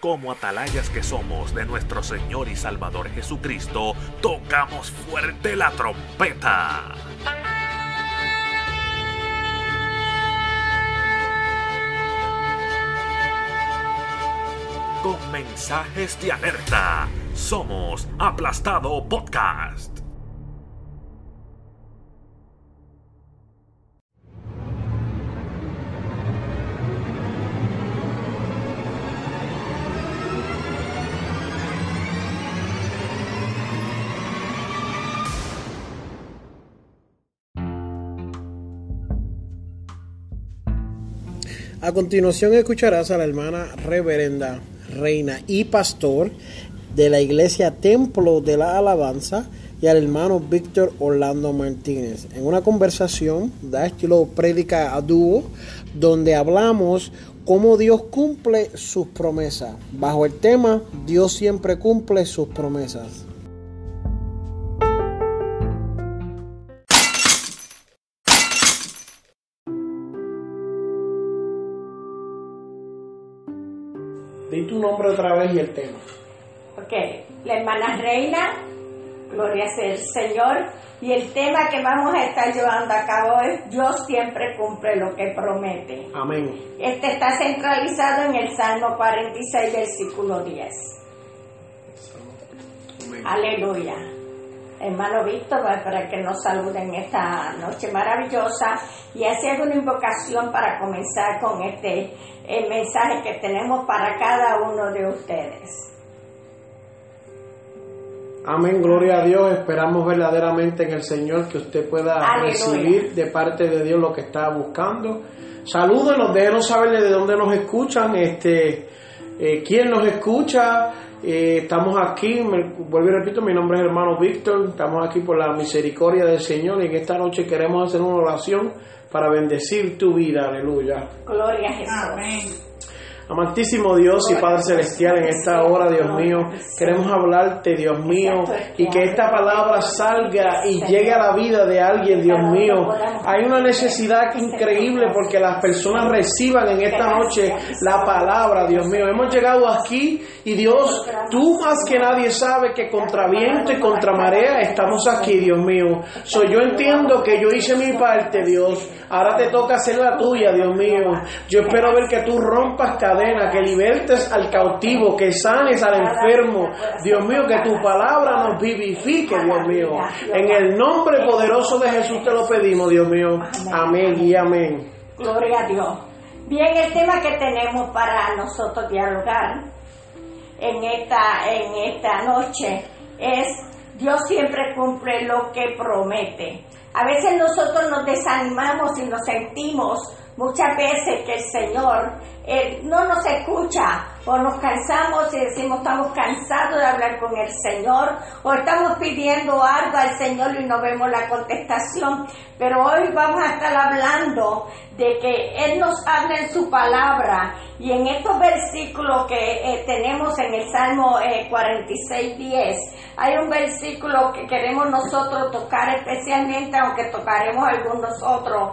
como atalayas que somos de nuestro Señor y Salvador Jesucristo, tocamos fuerte la trompeta. Con mensajes de alerta, somos Aplastado Podcast. A continuación escucharás a la hermana reverenda, reina y pastor de la iglesia Templo de la Alabanza y al hermano Víctor Orlando Martínez en una conversación de estilo prédica a dúo donde hablamos cómo Dios cumple sus promesas. Bajo el tema Dios siempre cumple sus promesas. Di tu nombre otra vez y el tema. Ok, la hermana Reina, gloria sea el Señor, y el tema que vamos a estar llevando a cabo es Dios siempre cumple lo que promete. Amén. Este está centralizado en el Salmo 46, versículo 10. Amén. Aleluya. Hermano Víctor, para que nos saluden esta noche maravillosa y hacer una invocación para comenzar con el mensaje que tenemos para cada uno de ustedes. Amén, gloria a Dios. Esperamos verdaderamente en el Señor que usted pueda Aleluya. recibir de parte de Dios lo que está buscando. Salúdenos, déjenos saber de dónde nos escuchan, quién nos escucha. Estamos aquí, vuelvo y repito, mi nombre es hermano Víctor, estamos aquí por la misericordia del Señor y en esta noche queremos hacer una oración para bendecir tu vida, aleluya. Gloria a Jesús. Amén. Amantísimo Dios y Padre Celestial, en esta hora, Dios mío, queremos hablarte, Dios mío, y que esta palabra salga y llegue a la vida de alguien, Dios mío. Hay una necesidad increíble porque las personas reciban en esta noche la palabra, Dios mío. Hemos llegado aquí y Dios, tú más que nadie sabes que contra viento y contra marea estamos aquí, Dios mío. Yo entiendo que yo hice mi parte, Dios. Ahora te toca hacer la tuya, Dios mío. Yo espero ver que tú rompas cadena, que libertes al cautivo, que sanes al enfermo. Dios mío, que tu palabra nos vivifique, Dios mío. En el nombre poderoso de Jesús te lo pedimos, Dios mío. Amén y amén. Gloria a Dios. Bien, el tema que tenemos para nosotros dialogar en esta noche es Dios siempre cumple lo que promete. A veces nosotros nos desanimamos y nos sentimos muchas veces que el Señor no nos escucha o nos cansamos y decimos estamos cansados de hablar con el Señor o estamos pidiendo algo al Señor y no vemos la contestación. Pero hoy vamos a estar hablando de que Él nos habla en su palabra y en estos versículos que tenemos en el Salmo 46:10 hay un versículo que queremos nosotros tocar especialmente, aunque tocaremos algunos otros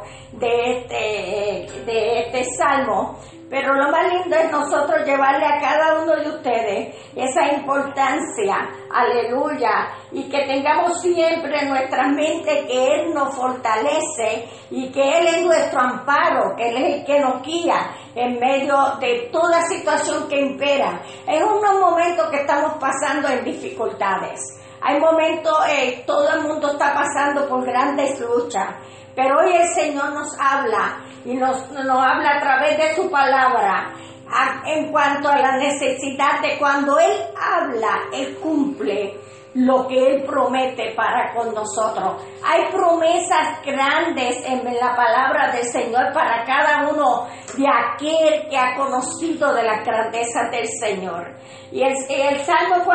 de este Salmo. Pero lo más lindo es nosotros llevarle a cada uno de ustedes esa importancia, aleluya, y que tengamos siempre en nuestra mente que Él nos fortalece y que Él es nuestro amparo, que Él es el que nos guía en medio de toda situación que impera. En unos momentos que estamos pasando en dificultades, hay momentos, todo el mundo está pasando por grandes luchas, pero hoy el Señor nos habla y nos habla a través de su palabra en cuanto a la necesidad de cuando Él habla, Él cumple lo que Él promete para con nosotros. Hay promesas grandes en la palabra del Señor para cada uno de aquel que ha conocido de las grandezas del Señor. Y el Salmo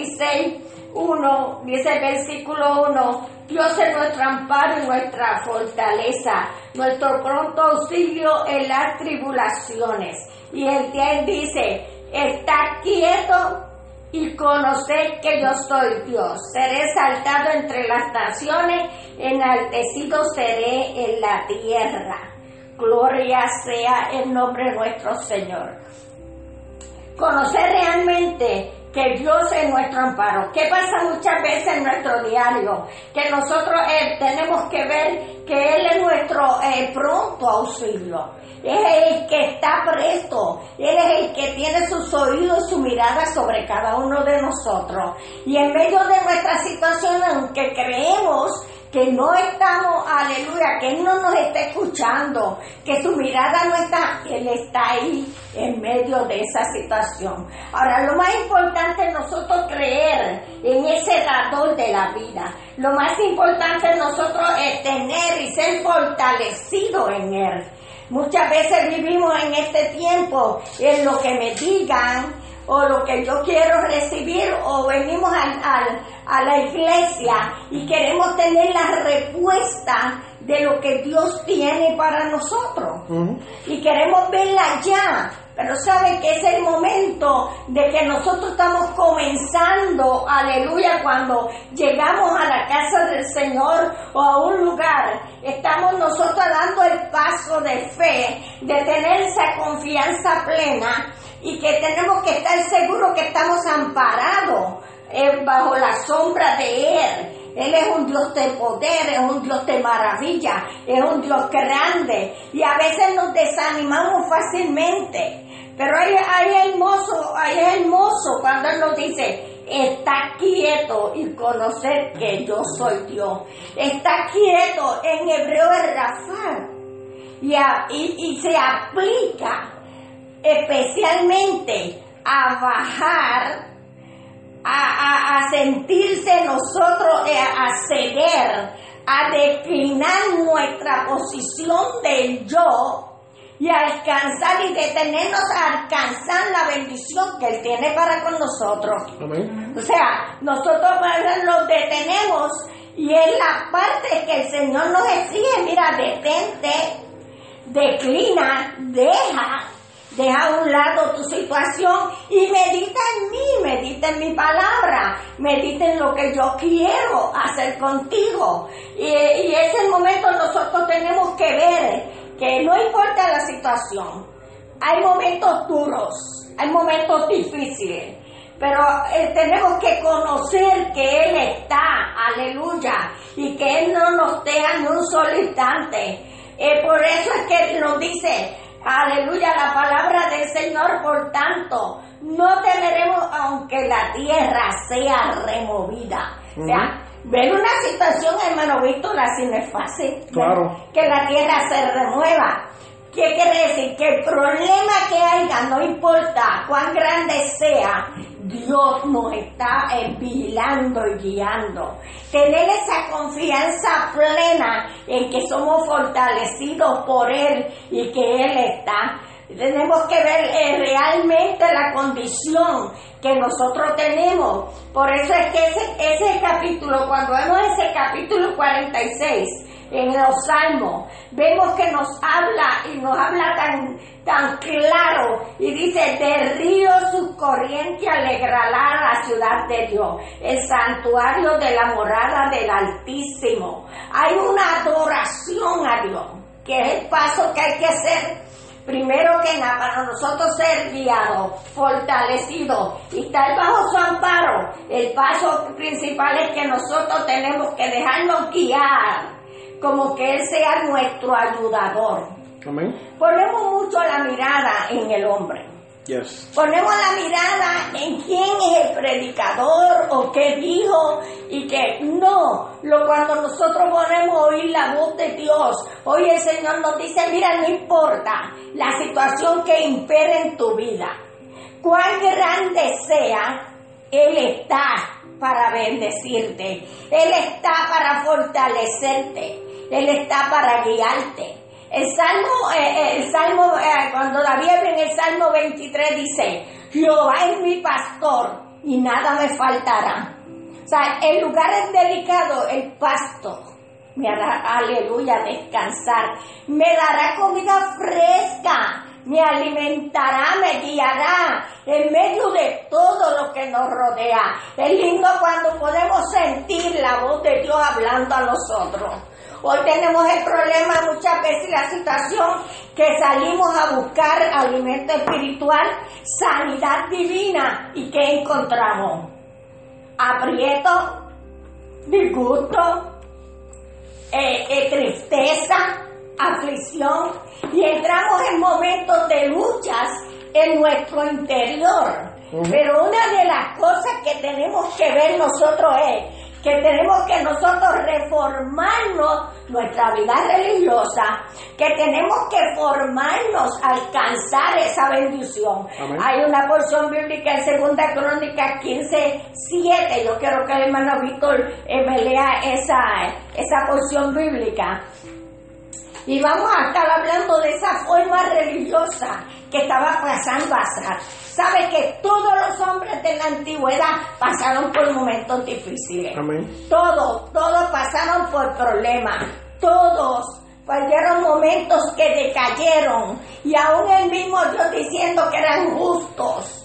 46:1 dice el versículo 1: Dios es nuestro amparo y nuestra fortaleza, nuestro pronto auxilio en las tribulaciones. Y el 10 dice: Estad quieto y conoced que yo soy Dios. Seré exaltado entre las naciones, enaltecido seré en la tierra. Gloria sea el nombre de nuestro Señor. Conocer realmente realmente que Dios es nuestro amparo. ¿Qué pasa muchas veces en nuestro diario? Que nosotros tenemos que ver que Él es nuestro pronto auxilio. Él es el que está presto, Él es el que tiene sus oídos, su mirada sobre cada uno de nosotros. Y en medio de nuestra situación, aunque creemos que no estamos, aleluya, que Él no nos está escuchando, que su mirada no está, Él está ahí en medio de esa situación. Ahora, lo más importante es nosotros creer en ese dador de la vida. Lo más importante es nosotros tener y ser fortalecidos en Él. Muchas veces vivimos en este tiempo en lo que me digan o lo que yo quiero recibir, o venimos a la iglesia y queremos tener la respuesta de lo que Dios tiene para nosotros. Y queremos verla ya. Pero saben que es el momento de que nosotros estamos comenzando, aleluya, cuando llegamos a la casa del Señor o a un lugar, estamos nosotros dando el paso de fe, de tener esa confianza plena y que tenemos que estar seguros que estamos amparados bajo la sombra de Él. Él es un Dios de poder, es un Dios de maravilla, es un Dios grande y a veces nos desanimamos fácilmente. Pero ahí es hermoso cuando Él nos dice, está quieto y conocer que yo soy Dios. Está quieto, en hebreo es Rafa, y se aplica especialmente a bajar, a sentirse nosotros, a ceder, a declinar nuestra posición del yo y a alcanzar y detenernos a alcanzar la bendición que Él tiene para con nosotros. Amén. O sea, nosotros nos detenemos y es la parte que el Señor nos exige. Mira, detente, declina, deja a un lado tu situación y medita en mí, medita en mi palabra, medita en lo que yo quiero hacer contigo. Y es el momento nosotros tenemos que ver que no importa la situación, hay momentos duros, hay momentos difíciles, pero tenemos que conocer que Él está, aleluya, y que Él no nos deja ni un solo instante. Por eso es que nos dice, aleluya, la palabra del Señor, por tanto, no temeremos aunque la tierra sea removida. O sea, ver una situación, hermano Víctor, así no es fácil. Claro. Que la tierra se remueva. ¿Qué quiere decir? Que el problema que haya, no importa cuán grande sea, Dios nos está vigilando y guiando. Tener esa confianza plena en que somos fortalecidos por Él y que Él está. Tenemos que ver realmente la condición que nosotros tenemos. Por eso es que ese capítulo, cuando vemos ese capítulo 46 en los Salmos, vemos que nos habla tan claro y dice, de río su corriente alegrará la ciudad de Dios, el santuario de la morada del Altísimo. Hay una adoración a Dios, que es el paso que hay que hacer. Primero que nada, para nosotros ser guiados, fortalecidos y estar bajo su amparo, el paso principal es que nosotros tenemos que dejarnos guiar, como que Él sea nuestro ayudador. Amén. Ponemos mucho la mirada en el hombre. Yes. Ponemos la mirada en quién es el predicador o qué dijo y que no. Cuando nosotros podemos oír la voz de Dios, hoy el Señor nos dice, mira, no importa la situación que impere en tu vida, cuán grande sea, Él está para bendecirte, Él está para fortalecerte, Él está para guiarte. El Salmo, cuando David en el Salmo 23 dice, Jehová es mi pastor y nada me faltará. O sea, el lugar es delicado, el pasto me hará, aleluya, descansar, me dará comida fresca, me alimentará, me guiará en medio de todo lo que nos rodea. Es lindo cuando podemos sentir la voz de Dios hablando a nosotros. Hoy tenemos el problema muchas veces, la situación que salimos a buscar alimento espiritual, sanidad divina, y ¿qué encontramos? Aprieto, disgusto, tristeza, aflicción, y entramos en momentos de luchas en nuestro interior. Pero una de las cosas que tenemos que ver nosotros es que tenemos que nosotros reformarnos nuestra vida religiosa, que tenemos que formarnos a alcanzar esa bendición. Amén. Hay una porción bíblica en 2 Crónicas 15:7. Yo quiero que el hermano Víctor me lea esa porción bíblica. Y vamos a estar hablando de esa forma religiosa que estaba pasando Asa. Sabe que todos los hombres de la antigüedad pasaron por momentos difíciles. Amén. Todos pasaron por problemas. Todos fueron momentos que decayeron. Y aún el mismo Dios diciendo que eran justos,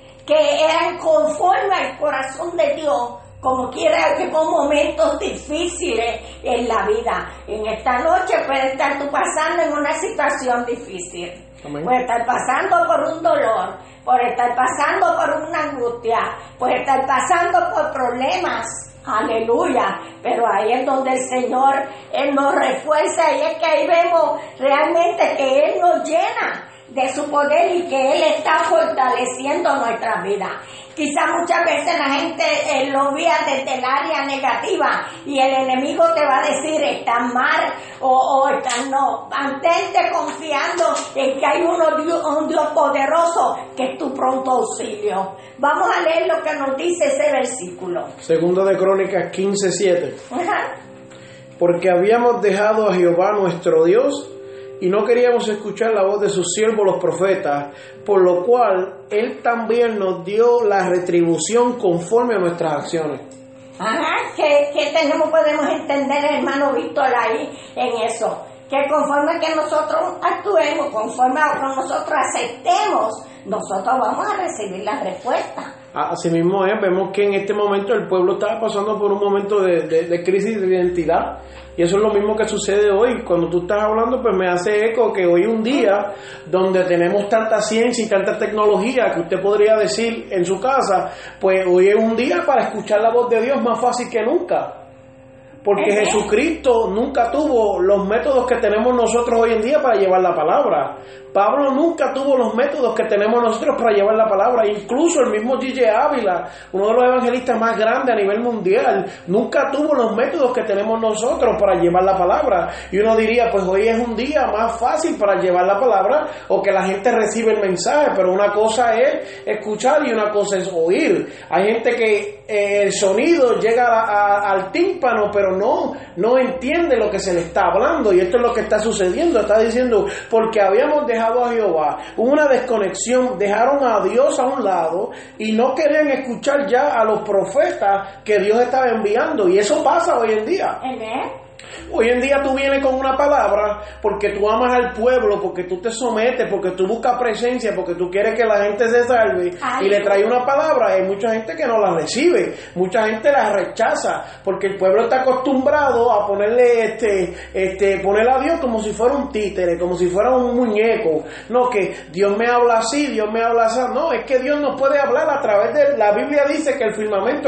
que eran conforme al corazón de Dios. Como quiera que con momentos difíciles en la vida. En esta noche puede estar tú pasando en una situación difícil. Amén. Puede estar pasando por un dolor, puede estar pasando por una angustia, puede estar pasando por problemas. Aleluya. Pero ahí es donde el Señor, Él nos refuerza, y es que ahí vemos realmente que Él nos llena de su poder y que Él está fortaleciendo nuestra vida. Quizás muchas veces la gente lo vea desde el área negativa y el enemigo te va a decir están mal o están no. Mantente confiando en que hay un Dios poderoso que es tu pronto auxilio. Vamos a leer lo que nos dice ese versículo. 2 Crónicas 15:7. Ajá. Porque habíamos dejado a Jehová nuestro Dios y no queríamos escuchar la voz de sus siervos los profetas, por lo cual Él también nos dio la retribución conforme a nuestras acciones. Ajá, que podemos entender, hermano Víctor, ahí en eso. Que conforme que nosotros actuemos, conforme a que nosotros aceptemos, nosotros vamos a recibir la respuesta. Así mismo es, vemos que en este momento el pueblo estaba pasando por un momento de crisis de identidad, y eso es lo mismo que sucede hoy. Cuando tú estás hablando, pues me hace eco que hoy es un día donde tenemos tanta ciencia y tanta tecnología que usted podría decir en su casa, pues hoy es un día para escuchar la voz de Dios más fácil que nunca. Porque Jesucristo nunca tuvo los métodos que tenemos nosotros hoy en día para llevar la palabra. Pablo nunca tuvo los métodos que tenemos nosotros para llevar la palabra. Incluso el mismo G.J. Ávila, uno de los evangelistas más grandes a nivel mundial, nunca tuvo los métodos que tenemos nosotros para llevar la palabra. Y uno diría, pues hoy es un día más fácil para llevar la palabra o que la gente recibe el mensaje. Pero una cosa es escuchar y una cosa es oír. Hay gente que el sonido llega al tímpano, pero no entiende lo que se le está hablando, y esto es lo que está sucediendo. Está diciendo, porque habíamos dejado a Jehová, hubo una desconexión, dejaron a Dios a un lado y no querían escuchar ya a los profetas que Dios estaba enviando, y eso pasa hoy en día. Hoy en día tú vienes con una palabra porque tú amas al pueblo, porque tú te sometes, porque tú buscas presencia, porque tú quieres que la gente se salve. Ay, y le trae una palabra. Hay mucha gente que no la recibe, mucha gente la rechaza, porque el pueblo está acostumbrado a ponerle poner a Dios como si fuera un títere, como si fuera un muñeco. No, que Dios me habla así, Dios me habla así. No, es que Dios nos puede hablar a través de la Biblia. Dice que el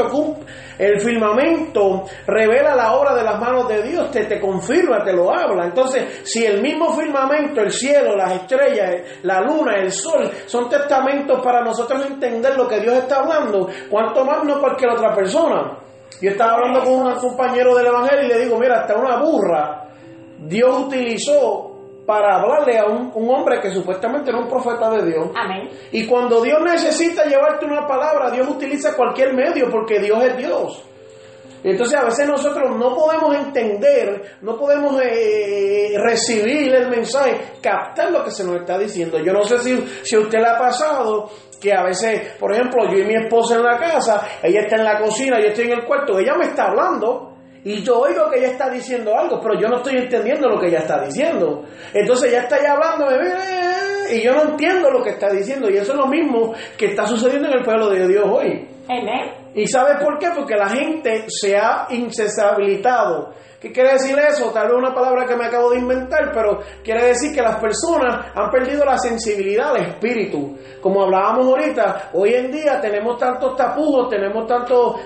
firmamento revela la obra de las manos de Dios, te confirma, te lo habla. Entonces, si el mismo firmamento, el cielo, las estrellas, la luna, el sol, son testamentos para nosotros entender lo que Dios está hablando, ¿cuánto más no cualquier otra persona? Yo estaba hablando con un compañero del evangelio y le digo, mira, hasta una burra Dios utilizó para hablarle a un hombre que supuestamente era un profeta de Dios. Amén. Y cuando Dios necesita llevarte una palabra, Dios utiliza cualquier medio, porque Dios es Dios. Entonces a veces nosotros no podemos entender, no podemos recibir el mensaje, captar lo que se nos está diciendo. Yo no sé si a usted le ha pasado que a veces, por ejemplo, yo y mi esposa en la casa, ella está en la cocina, yo estoy en el cuarto, ella me está hablando y yo oigo que ella está diciendo algo, pero yo no estoy entendiendo lo que ella está diciendo. Entonces ella está ya hablando y yo no entiendo lo que está diciendo, y eso es lo mismo que está sucediendo en el pueblo de Dios hoy. Amén. ¿Y sabes por qué? Porque la gente se ha insensibilizado. ¿Qué quiere decir eso? Tal vez una palabra que me acabo de inventar, pero quiere decir que las personas han perdido la sensibilidad al espíritu. Como hablábamos ahorita, hoy en día tenemos tantos tapujos, tenemos tantos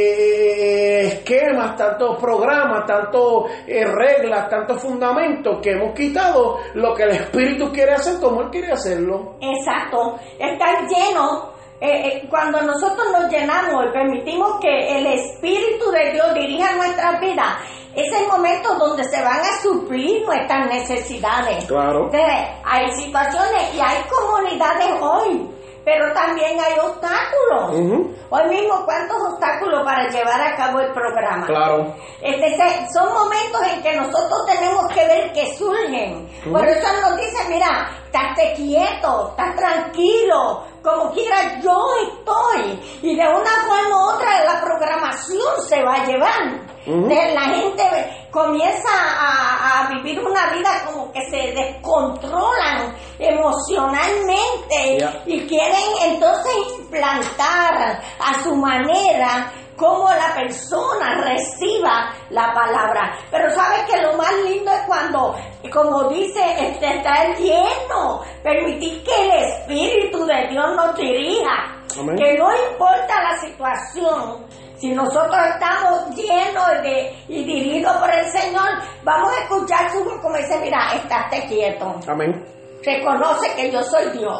esquemas, tantos programas, tantos reglas, tantos fundamentos, que hemos quitado lo que el espíritu quiere hacer como él quiere hacerlo. Exacto, están llenos. Cuando nosotros nos llenamos y permitimos que el Espíritu de Dios dirija nuestras vidas, es el momento donde se van a suplir nuestras necesidades. Claro. Hay situaciones y hay comunidades hoy, pero también hay obstáculos. Hoy mismo, ¿cuántos obstáculos para llevar a cabo el programa? Claro. Son momentos en que nosotros tenemos que ver que surgen. Por eso nos dice, mira, estate quieto, estás tranquilo, como quiera yo estoy. Y de una forma u otra la programación se va a llevar. La gente comienza a vivir una vida como que se descontrolan emocionalmente y quieren entonces implantar a su manera cómo la persona reciba la palabra. Pero sabes que lo más lindo es cuando, como dice, estar lleno, permitir que el Espíritu de Dios nos dirija. Amén. Que no importa la situación, si nosotros estamos llenos y dirigidos por el Señor, vamos a escuchar su voz como dice, mira, estate quieto. Amén. Reconoce que yo soy Dios.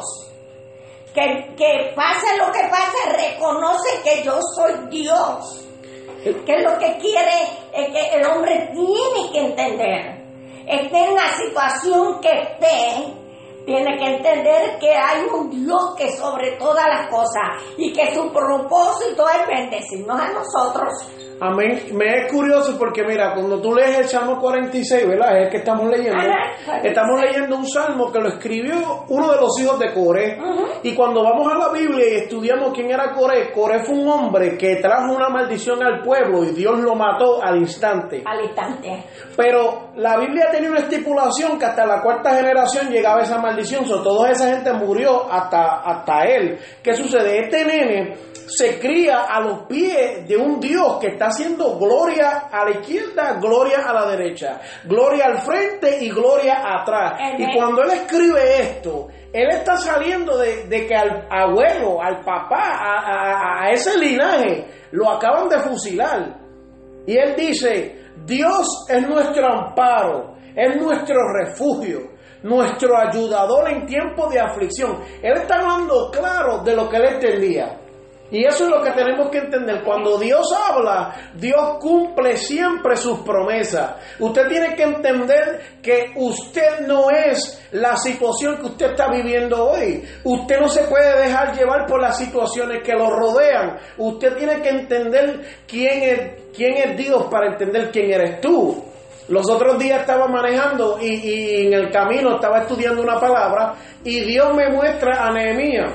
Que pase lo que pase, reconoce que yo soy Dios. Que lo que quiere es que el hombre tiene que entender. Esté en la situación que esté, tiene que entender que hay un Dios que sobre todas las cosas y que su propósito es bendecirnos a nosotros. Amén. Me es curioso porque mira, cuando tú lees el Salmo 46, ¿verdad? Es el que estamos leyendo. Estamos leyendo un salmo que lo escribió uno de los hijos de Coré. Y cuando vamos a la Biblia y estudiamos quién era Coré, Coré fue un hombre que trajo una maldición al pueblo y Dios lo mató al instante. Al instante. Pero la Biblia tenía una estipulación que hasta la cuarta generación llegaba esa maldición. Toda esa gente murió hasta él. ¿Qué sucede? Este nene se cría a los pies de un Dios que está haciendo gloria a la izquierda, gloria a la derecha, gloria al frente y gloria atrás. Y cuando él escribe esto, él está saliendo de que al abuelo, al papá, a ese linaje, lo acaban de fusilar. Y él dice, Dios es nuestro amparo, es nuestro refugio, nuestro ayudador en tiempo de aflicción. Él está hablando claro de lo que él entendía. Y eso es lo que tenemos que entender. Cuando Dios habla, Dios cumple siempre sus promesas. Usted tiene que entender que usted no es la situación que usted está viviendo hoy. Usted no se puede dejar llevar por las situaciones que lo rodean. Usted tiene que entender quién es Dios para entender quién eres tú. Los otros días estaba manejando y en el camino estaba estudiando una palabra y Dios me muestra a Nehemías.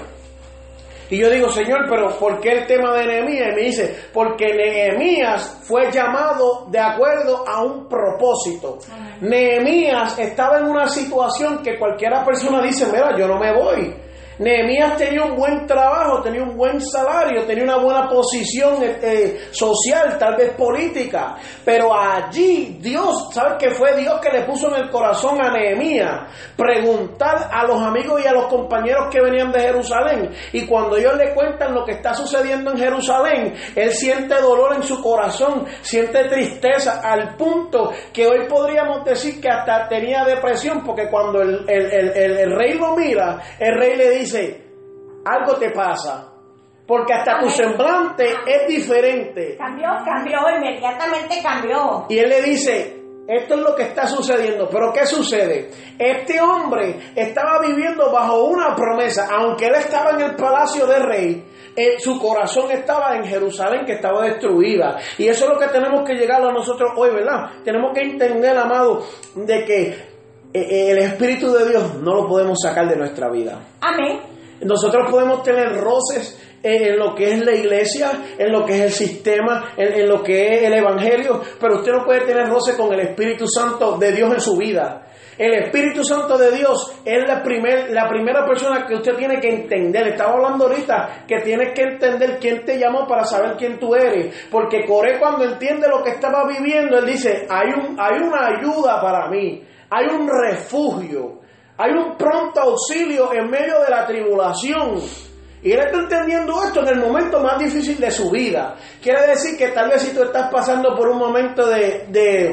Y yo digo, Señor, pero ¿por qué el tema de Nehemías? Y me dice, porque Nehemías fue llamado de acuerdo a un propósito. Nehemías estaba en una situación que cualquiera persona dice, mira, yo no me voy. Nehemías tenía un buen trabajo, tenía un buen salario, tenía una buena posición social, tal vez política, pero allí Dios, ¿sabes qué fue Dios que le puso en el corazón a Nehemías? Preguntar a los amigos y a los compañeros que venían de Jerusalén, y cuando ellos le cuentan lo que está sucediendo en Jerusalén, él siente dolor en su corazón, siente tristeza, al punto que hoy podríamos decir que hasta tenía depresión, porque cuando el rey lo mira, el rey le dice, algo te pasa, porque hasta tu semblante es diferente. Cambió, inmediatamente cambió. Y él le dice, esto es lo que está sucediendo. Pero ¿qué sucede? Este hombre estaba viviendo bajo una promesa, aunque él estaba en el palacio del rey, su corazón estaba en Jerusalén, que estaba destruida. Y eso es lo que tenemos que llegar a nosotros hoy, ¿verdad? Tenemos que entender, amado, de que el Espíritu de Dios no lo podemos sacar de nuestra vida. Amén. Nosotros podemos tener roces en lo que es la iglesia, en lo que es el sistema, en lo que es el evangelio, pero usted no puede tener roce con el Espíritu Santo de Dios en su vida. El Espíritu Santo de Dios es la primera persona que usted tiene que entender. Estaba hablando ahorita que tienes que entender quién te llamó para saber quién tú eres. Porque Coré, cuando entiende lo que estaba viviendo, él dice, hay una ayuda para mí, hay un refugio, hay un pronto auxilio en medio de la tribulación. Y él está entendiendo esto en el momento más difícil de su vida. Quiere decir que tal vez si tú estás pasando por un momento de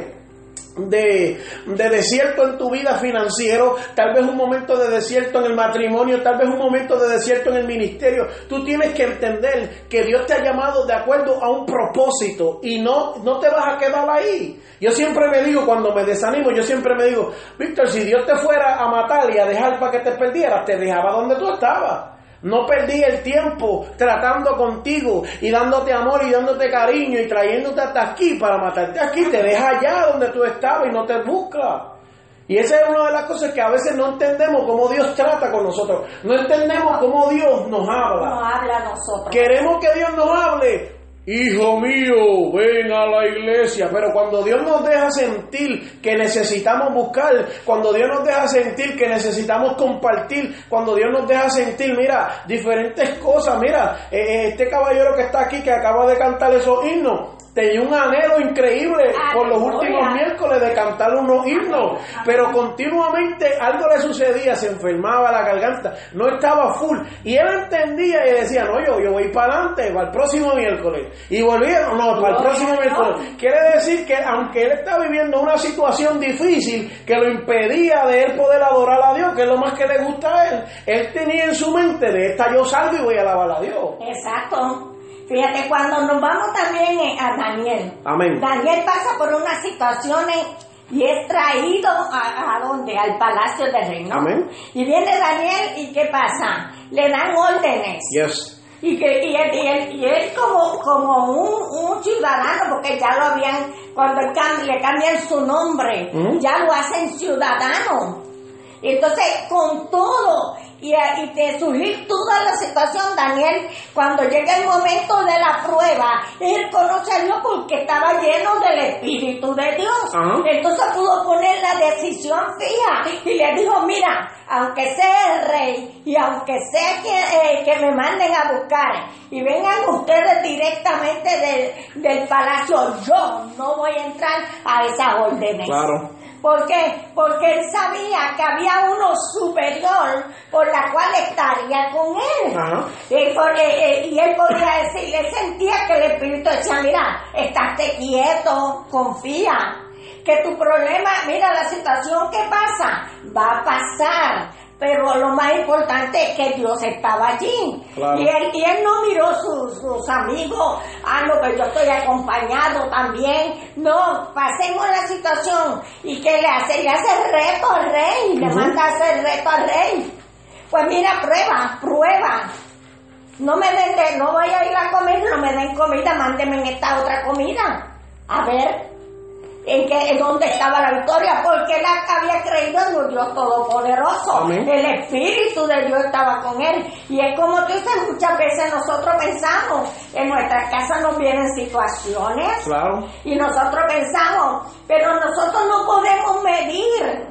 desierto en tu vida financiero, tal vez un momento de desierto en el matrimonio, tal vez un momento de desierto en el ministerio, tú tienes que entender que Dios te ha llamado de acuerdo a un propósito y no te vas a quedar ahí. Yo siempre me digo, cuando me desanimo, yo siempre me digo, Víctor, si Dios te fuera a matar y a dejar para que te perdieras, te dejaba donde tú estabas. No perdí el tiempo tratando contigo y dándote amor y dándote cariño y trayéndote hasta aquí para matarte aquí. Te deja allá donde tú estabas y no te busca. Y esa es una de las cosas que a veces no entendemos, cómo Dios trata con nosotros. No entendemos cómo Dios nos habla. No habla a nosotros. Queremos que Dios nos hable. Hijo mío, ven a la iglesia. Pero cuando Dios nos deja sentir que necesitamos buscar, cuando Dios nos deja sentir que necesitamos compartir, cuando Dios nos deja sentir, mira, diferentes cosas. Mira, este caballero que está aquí, que acaba de cantar esos himnos, tenía un anhelo increíble por los últimos miércoles de cantar unos himnos, pero continuamente algo le sucedía, se enfermaba la garganta, no estaba full, y él entendía y decía, no, yo voy para adelante, para el próximo miércoles, y volvía, no, para el próximo miércoles. Quiere decir que aunque él está viviendo una situación difícil que lo impedía de él poder adorar a Dios, que es lo más que le gusta a él tenía en su mente, de esta yo salgo y voy a alabar a Dios. Exacto. Fíjate, cuando nos vamos también a Daniel. Amén. Daniel pasa por unas situaciones y es traído ¿a dónde? Al palacio del rey, ¿no? Amén. Y viene Daniel y ¿qué pasa? Le dan órdenes. Yes. Y él como un ciudadano, porque ya lo habían, cuando le cambian su nombre, ya lo hacen ciudadano. Entonces, con todo, y de surgir toda la situación, Daniel, cuando llega el momento de la prueba, él conoce a Dios porque estaba lleno del Espíritu de Dios. Entonces pudo poner la decisión fija y le dijo, mira, aunque sea el rey y aunque sea que me manden a buscar y vengan ustedes directamente del palacio, yo no voy a entrar a esas órdenes. Claro. ¿Por qué? Porque él sabía que había uno superior por la cual estaría con él. Y él podía decirle, él sentía que el Espíritu decía, mira, estate quieto, confía, que tu problema, mira la situación que pasa, va a pasar. Pero lo más importante es que Dios estaba allí. Claro. Y él no miró sus amigos, no, que yo estoy acompañado también. No, pasemos la situación. ¿Y qué le hace? Le hace reto al rey, le manda a hacer reto al rey. Pues mira, prueba. No voy a ir a comer, no me den comida, mándenme en esta otra comida. A ver. En dónde estaba la victoria, porque él había creído en un Dios todopoderoso. Amén. El Espíritu de Dios estaba con él. Y es como tú dices, muchas veces nosotros pensamos, en nuestras casas nos vienen situaciones, claro, y nosotros pensamos, pero nosotros no podemos medir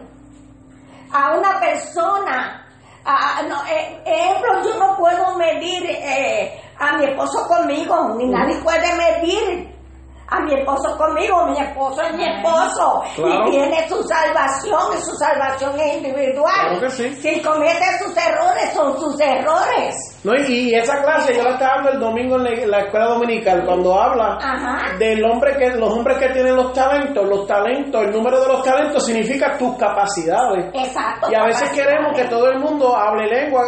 a una persona. Ejemplo, yo no puedo medir a mi esposo conmigo, ni nadie puede medir a mi esposo conmigo, mi esposo es mi esposo, claro, y tiene su salvación, y su salvación es individual. Claro que sí. Si comete sus errores, son sus errores. No, y esa clase yo la estaba dando el domingo en la escuela dominical, cuando habla del los hombres que tienen los talentos, el número de los talentos significa tus capacidades. Exacto. Y a veces queremos que todo el mundo hable lengua,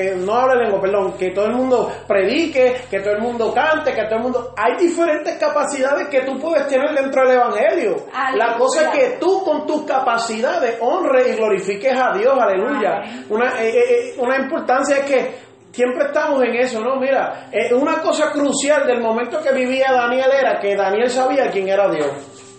que todo el mundo predique, que todo el mundo cante, que todo el mundo... Hay diferentes capacidades que tú puedes tener dentro del evangelio. Aleluya. La cosa es que tú con tus capacidades honres y glorifiques a Dios. Aleluya. Una importancia es que siempre estamos en eso, ¿no? Mira, una cosa crucial del momento que vivía Daniel era que Daniel sabía quién era Dios.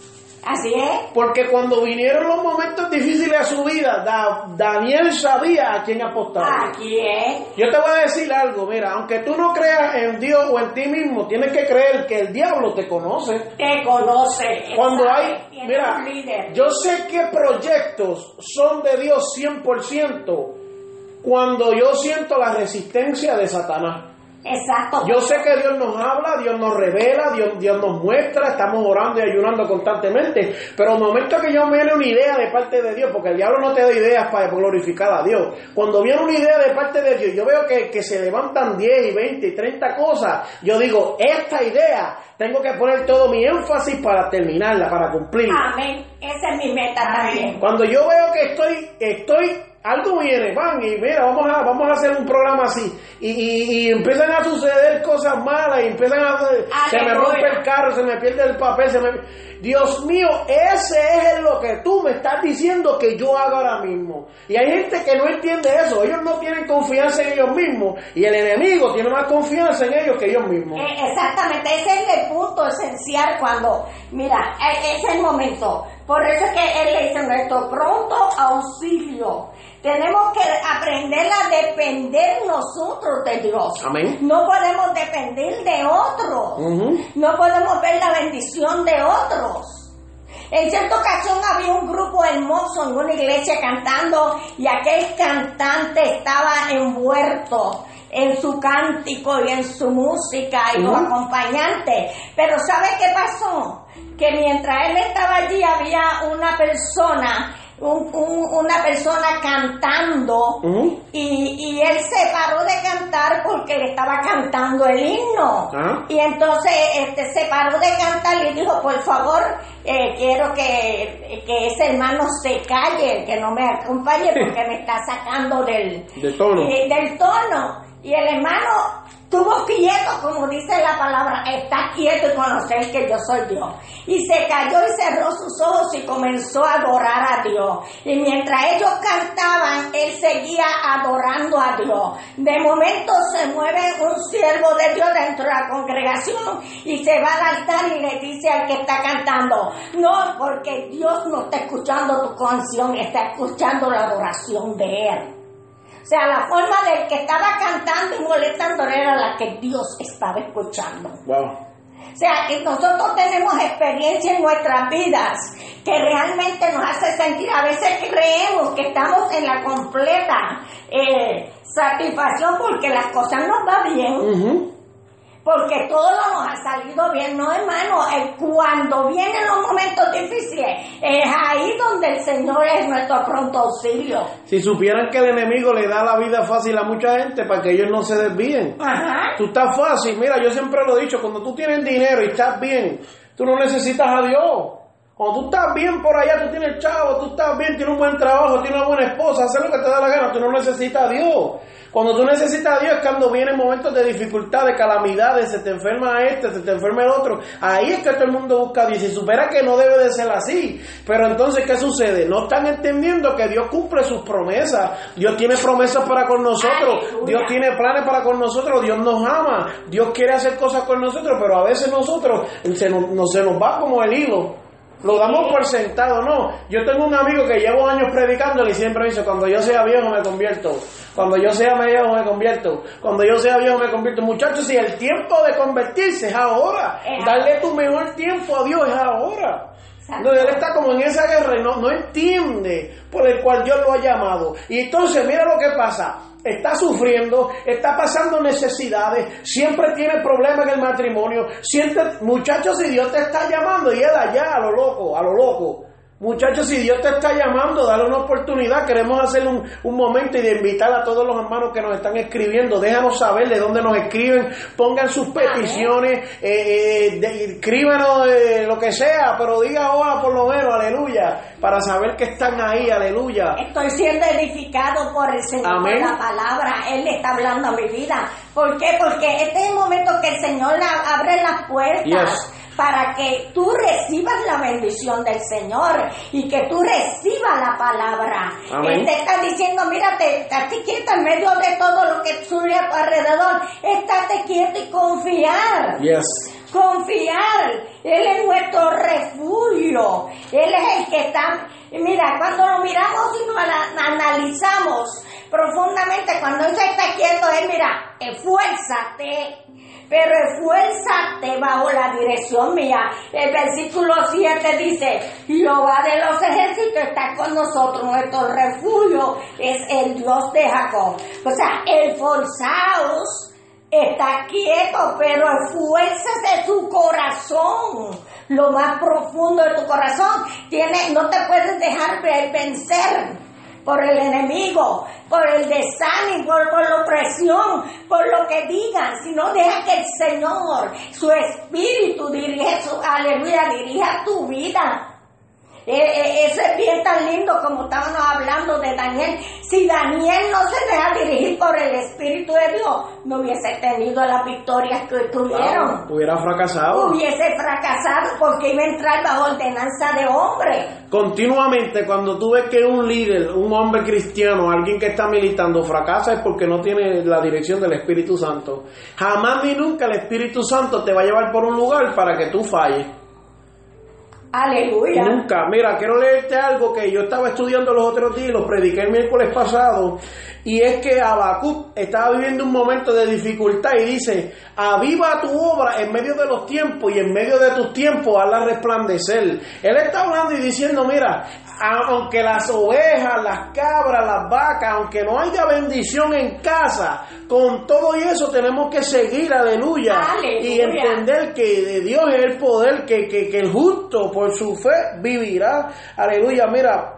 Así es. Porque cuando vinieron los momentos difíciles a su vida, Daniel sabía a quién apostar. Aquí es. Yo te voy a decir algo, mira, aunque tú no creas en Dios o en ti mismo, tienes que creer que el diablo te conoce. Te conoce. Cuando sabe, hay, mira, yo sé que proyectos son de Dios 100% cuando yo siento la resistencia de Satanás. Exacto. Yo sé que Dios nos habla, Dios nos revela, Dios nos muestra, estamos orando y ayunando constantemente, pero el momento que yo me dé una idea de parte de Dios, porque el diablo no te da ideas para glorificar a Dios, cuando viene una idea de parte de Dios, yo veo que se levantan 10 y 20 y 30 cosas, yo digo, esta idea, tengo que poner todo mi énfasis para terminarla, para cumplirla. Amén, esa es mi meta también. Cuando yo veo que estoy algo viene, van, y mira, vamos a hacer un programa así, y empiezan a suceder cosas malas, y empiezan se me rompe el carro, se me pierde el papel, Dios mío, ese es lo que tú me estás diciendo que yo hago ahora mismo. Y hay gente que no entiende eso, ellos no tienen confianza en ellos mismos, y el enemigo tiene más confianza en ellos que ellos mismos. Exactamente, ese es el punto esencial cuando, mira, ese es el momento. Por eso es que él le dice nuestro pronto auxilio. Tenemos que aprender a depender nosotros de Dios. Amén. No podemos depender de otros. No podemos ver la bendición de otros. En cierta ocasión había un grupo hermoso en una iglesia cantando y aquel cantante estaba envuelto en su cántico y en su música y los acompañantes. Pero ¿sabe qué pasó? Que mientras él estaba allí había una persona cantando y él se paró de cantar porque le estaba cantando el himno. Y entonces se paró de cantar y dijo, por favor, quiero que ese hermano se calle, que no me acompañe porque me está sacando del tono. Y el hermano estuvo quieto, como dice la palabra, está quieto y conocer que yo soy Dios. Y se cayó y cerró sus ojos y comenzó a adorar a Dios. Y mientras ellos cantaban, él seguía adorando a Dios. De momento se mueve un siervo de Dios dentro de la congregación y se va al altar y le dice al que está cantando, no, porque Dios no está escuchando tu canción, está escuchando la adoración de él. O sea, la forma del que estaba cantando y molestando era la que Dios estaba escuchando. Wow. O sea, que nosotros tenemos experiencia en nuestras vidas que realmente nos hace sentir, a veces creemos que estamos en la completa satisfacción porque las cosas nos van bien. Porque todo nos ha salido bien, no hermano, cuando vienen los momentos difíciles, es ahí donde el Señor es nuestro pronto auxilio. Si supieran que el enemigo le da la vida fácil a mucha gente para que ellos no se desvíen. Tú estás fácil, mira, yo siempre lo he dicho, cuando tú tienes dinero y estás bien, tú no necesitas a Dios. Cuando tú estás bien por allá, tú tienes chavo, tú estás bien, tienes un buen trabajo, tienes una buena esposa, haces lo que te da la gana, tú no necesitas a Dios. Cuando tú necesitas a Dios es cuando vienen momentos de dificultad, de calamidades, se te enferma se te enferma el otro. Ahí es que todo el mundo busca a Dios y supera que no debe de ser así. Pero entonces, ¿qué sucede? No están entendiendo que Dios cumple sus promesas. Dios tiene promesas para con nosotros. ¡Aleluya! Dios tiene planes para con nosotros. Dios nos ama. Dios quiere hacer cosas con nosotros, pero a veces nosotros se nos va como el hilo. Lo damos por sentado, no. Yo tengo un amigo que llevo años predicándole y siempre me dice, cuando yo sea viejo me convierto. Cuando yo sea viejo me convierto. Cuando yo sea viejo me convierto. Muchachos, si el tiempo de convertirse es ahora. Darle tu mejor tiempo a Dios es ahora. No, él está como en esa guerra y no entiende por el cual Dios lo ha llamado. Y entonces mira lo que pasa. Está sufriendo, está pasando necesidades, siempre tiene problemas en el matrimonio. Muchachos, si Dios te está llamando, y él allá a lo loco. Muchachos, si Dios te está llamando, dale una oportunidad. Queremos hacer un momento y de invitar a todos los hermanos que nos están escribiendo. Déjanos saber de dónde nos escriben. Pongan sus peticiones. Escríbanos lo que sea, pero diga ahora por lo menos, aleluya, para saber que están ahí, aleluya. Estoy siendo edificado por el Señor, por la palabra. Él le está hablando a mi vida. ¿Por qué? Porque este es el momento que el Señor abre las puertas. Yes. Para que tú recibas la bendición del Señor y que tú recibas la palabra. Amén. Él te está diciendo, mírate, estate quieta en medio de todo lo que surge a tu alrededor. Estate quieto y confiar. Yes. confiar. Él es nuestro refugio. Él es el que está. Mira, cuando lo miramos y nos analizamos profundamente, cuando Él se está quieto, Él mira, esfuérzate. Pero esfuérzate bajo la dirección mía. El versículo 7 dice, Jehová de los ejércitos está con nosotros, nuestro refugio es el Dios de Jacob. O sea, esforzaos, está quieto, pero esfuérzate tu corazón, lo más profundo de tu corazón. No te puedes dejar vencer por el enemigo, por el desánimo, por la opresión, por lo que digan, sino deja que el Señor, su Espíritu dirija tu vida. Eso es bien tan lindo como estábamos hablando de Daniel. Si Daniel no se deja dirigir por el Espíritu de Dios, no hubiese tenido las victorias que tuvieron. Hubiera fracasado. Hubiese fracasado porque iba a entrar bajo ordenanza de hombre. Continuamente, cuando tú ves que un líder, un hombre cristiano, alguien que está militando, fracasa, es porque no tiene la dirección del Espíritu Santo. Jamás ni nunca el Espíritu Santo te va a llevar por un lugar para que tú falles. Aleluya. Nunca. Mira, quiero leerte algo que yo estaba estudiando los otros días, lo prediqué el miércoles pasado, y es que Habacuc estaba viviendo un momento de dificultad y dice, aviva tu obra en medio de los tiempos y en medio de tus tiempos hazla resplandecer. Él está hablando y diciendo, mira, aunque las ovejas, las cabras, las vacas, aunque no haya bendición en casa, con todo y eso tenemos que seguir, aleluya. Y entender que de Dios es el poder, que el justo por su fe vivirá, aleluya. Mira,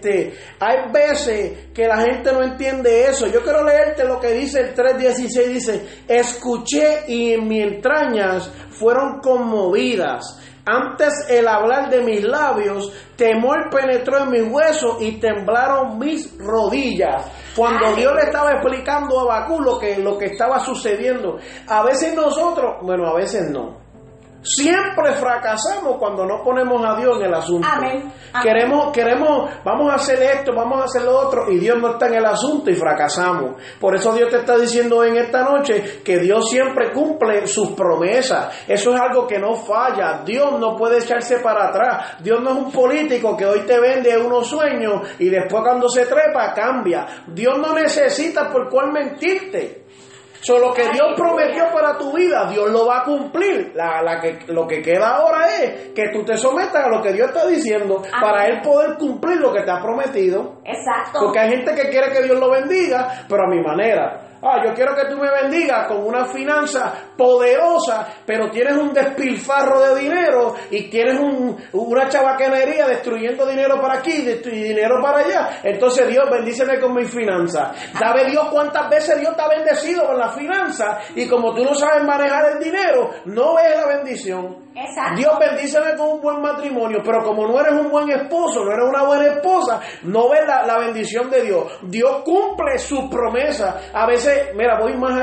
hay veces que la gente no entiende eso. Yo quiero leerte lo que dice el 3:16, dice, escuché y en mis entrañas fueron conmovidas. Antes el hablar de mis labios, temor penetró en mis huesos y temblaron mis rodillas. Cuando Dios le estaba explicando a Habacuc lo que estaba sucediendo. A veces nosotros, bueno, a veces no. Siempre fracasamos cuando no ponemos a Dios en el asunto. Amén. Queremos, vamos a hacer esto, vamos a hacer lo otro, y Dios no está en el asunto y fracasamos. Por eso Dios te está diciendo en esta noche que Dios siempre cumple sus promesas. Eso es algo que no falla. Dios no puede echarse para atrás. Dios no es un político que hoy te vende unos sueños y después cuando se trepa cambia. Dios no necesita por cuál mentirte. Lo que Dios prometió para tu vida, Dios lo va a cumplir. Lo que queda ahora es que tú te sometas a lo que Dios está diciendo para Él poder cumplir lo que te ha prometido. Exacto. Porque hay gente que quiere que Dios lo bendiga, pero a mi manera. Yo quiero que tú me bendigas con una finanza poderosa, pero tienes un despilfarro de dinero y tienes una chabacanería destruyendo dinero para aquí y dinero para allá. Entonces, Dios, bendíceme con mis finanzas. ¿Sabe Dios cuántas veces Dios te ha bendecido con las finanzas? Y como tú no sabes manejar el dinero, no ves la bendición. Exacto. Dios, bendíceme con un buen matrimonio, pero como no eres un buen esposo, no eres una buena esposa, no ves la bendición de Dios. Dios cumple su promesa. A veces, mira, voy más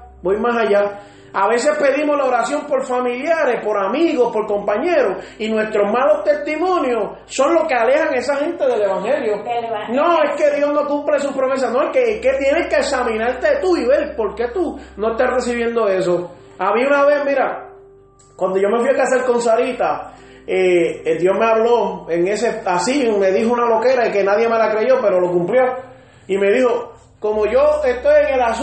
allá. A veces pedimos la oración por familiares, por amigos, por compañeros, y nuestros malos testimonios son los que alejan a esa gente del Evangelio. No, es que Dios no cumple su promesa, no, es que tienes que examinarte tú y ver por qué tú no estás recibiendo eso. A mí una vez, mira, cuando yo me fui a casar con Sarita, Dios me habló así, me dijo una loquera y que nadie me la creyó, pero lo cumplió. Y me dijo, como yo estoy en el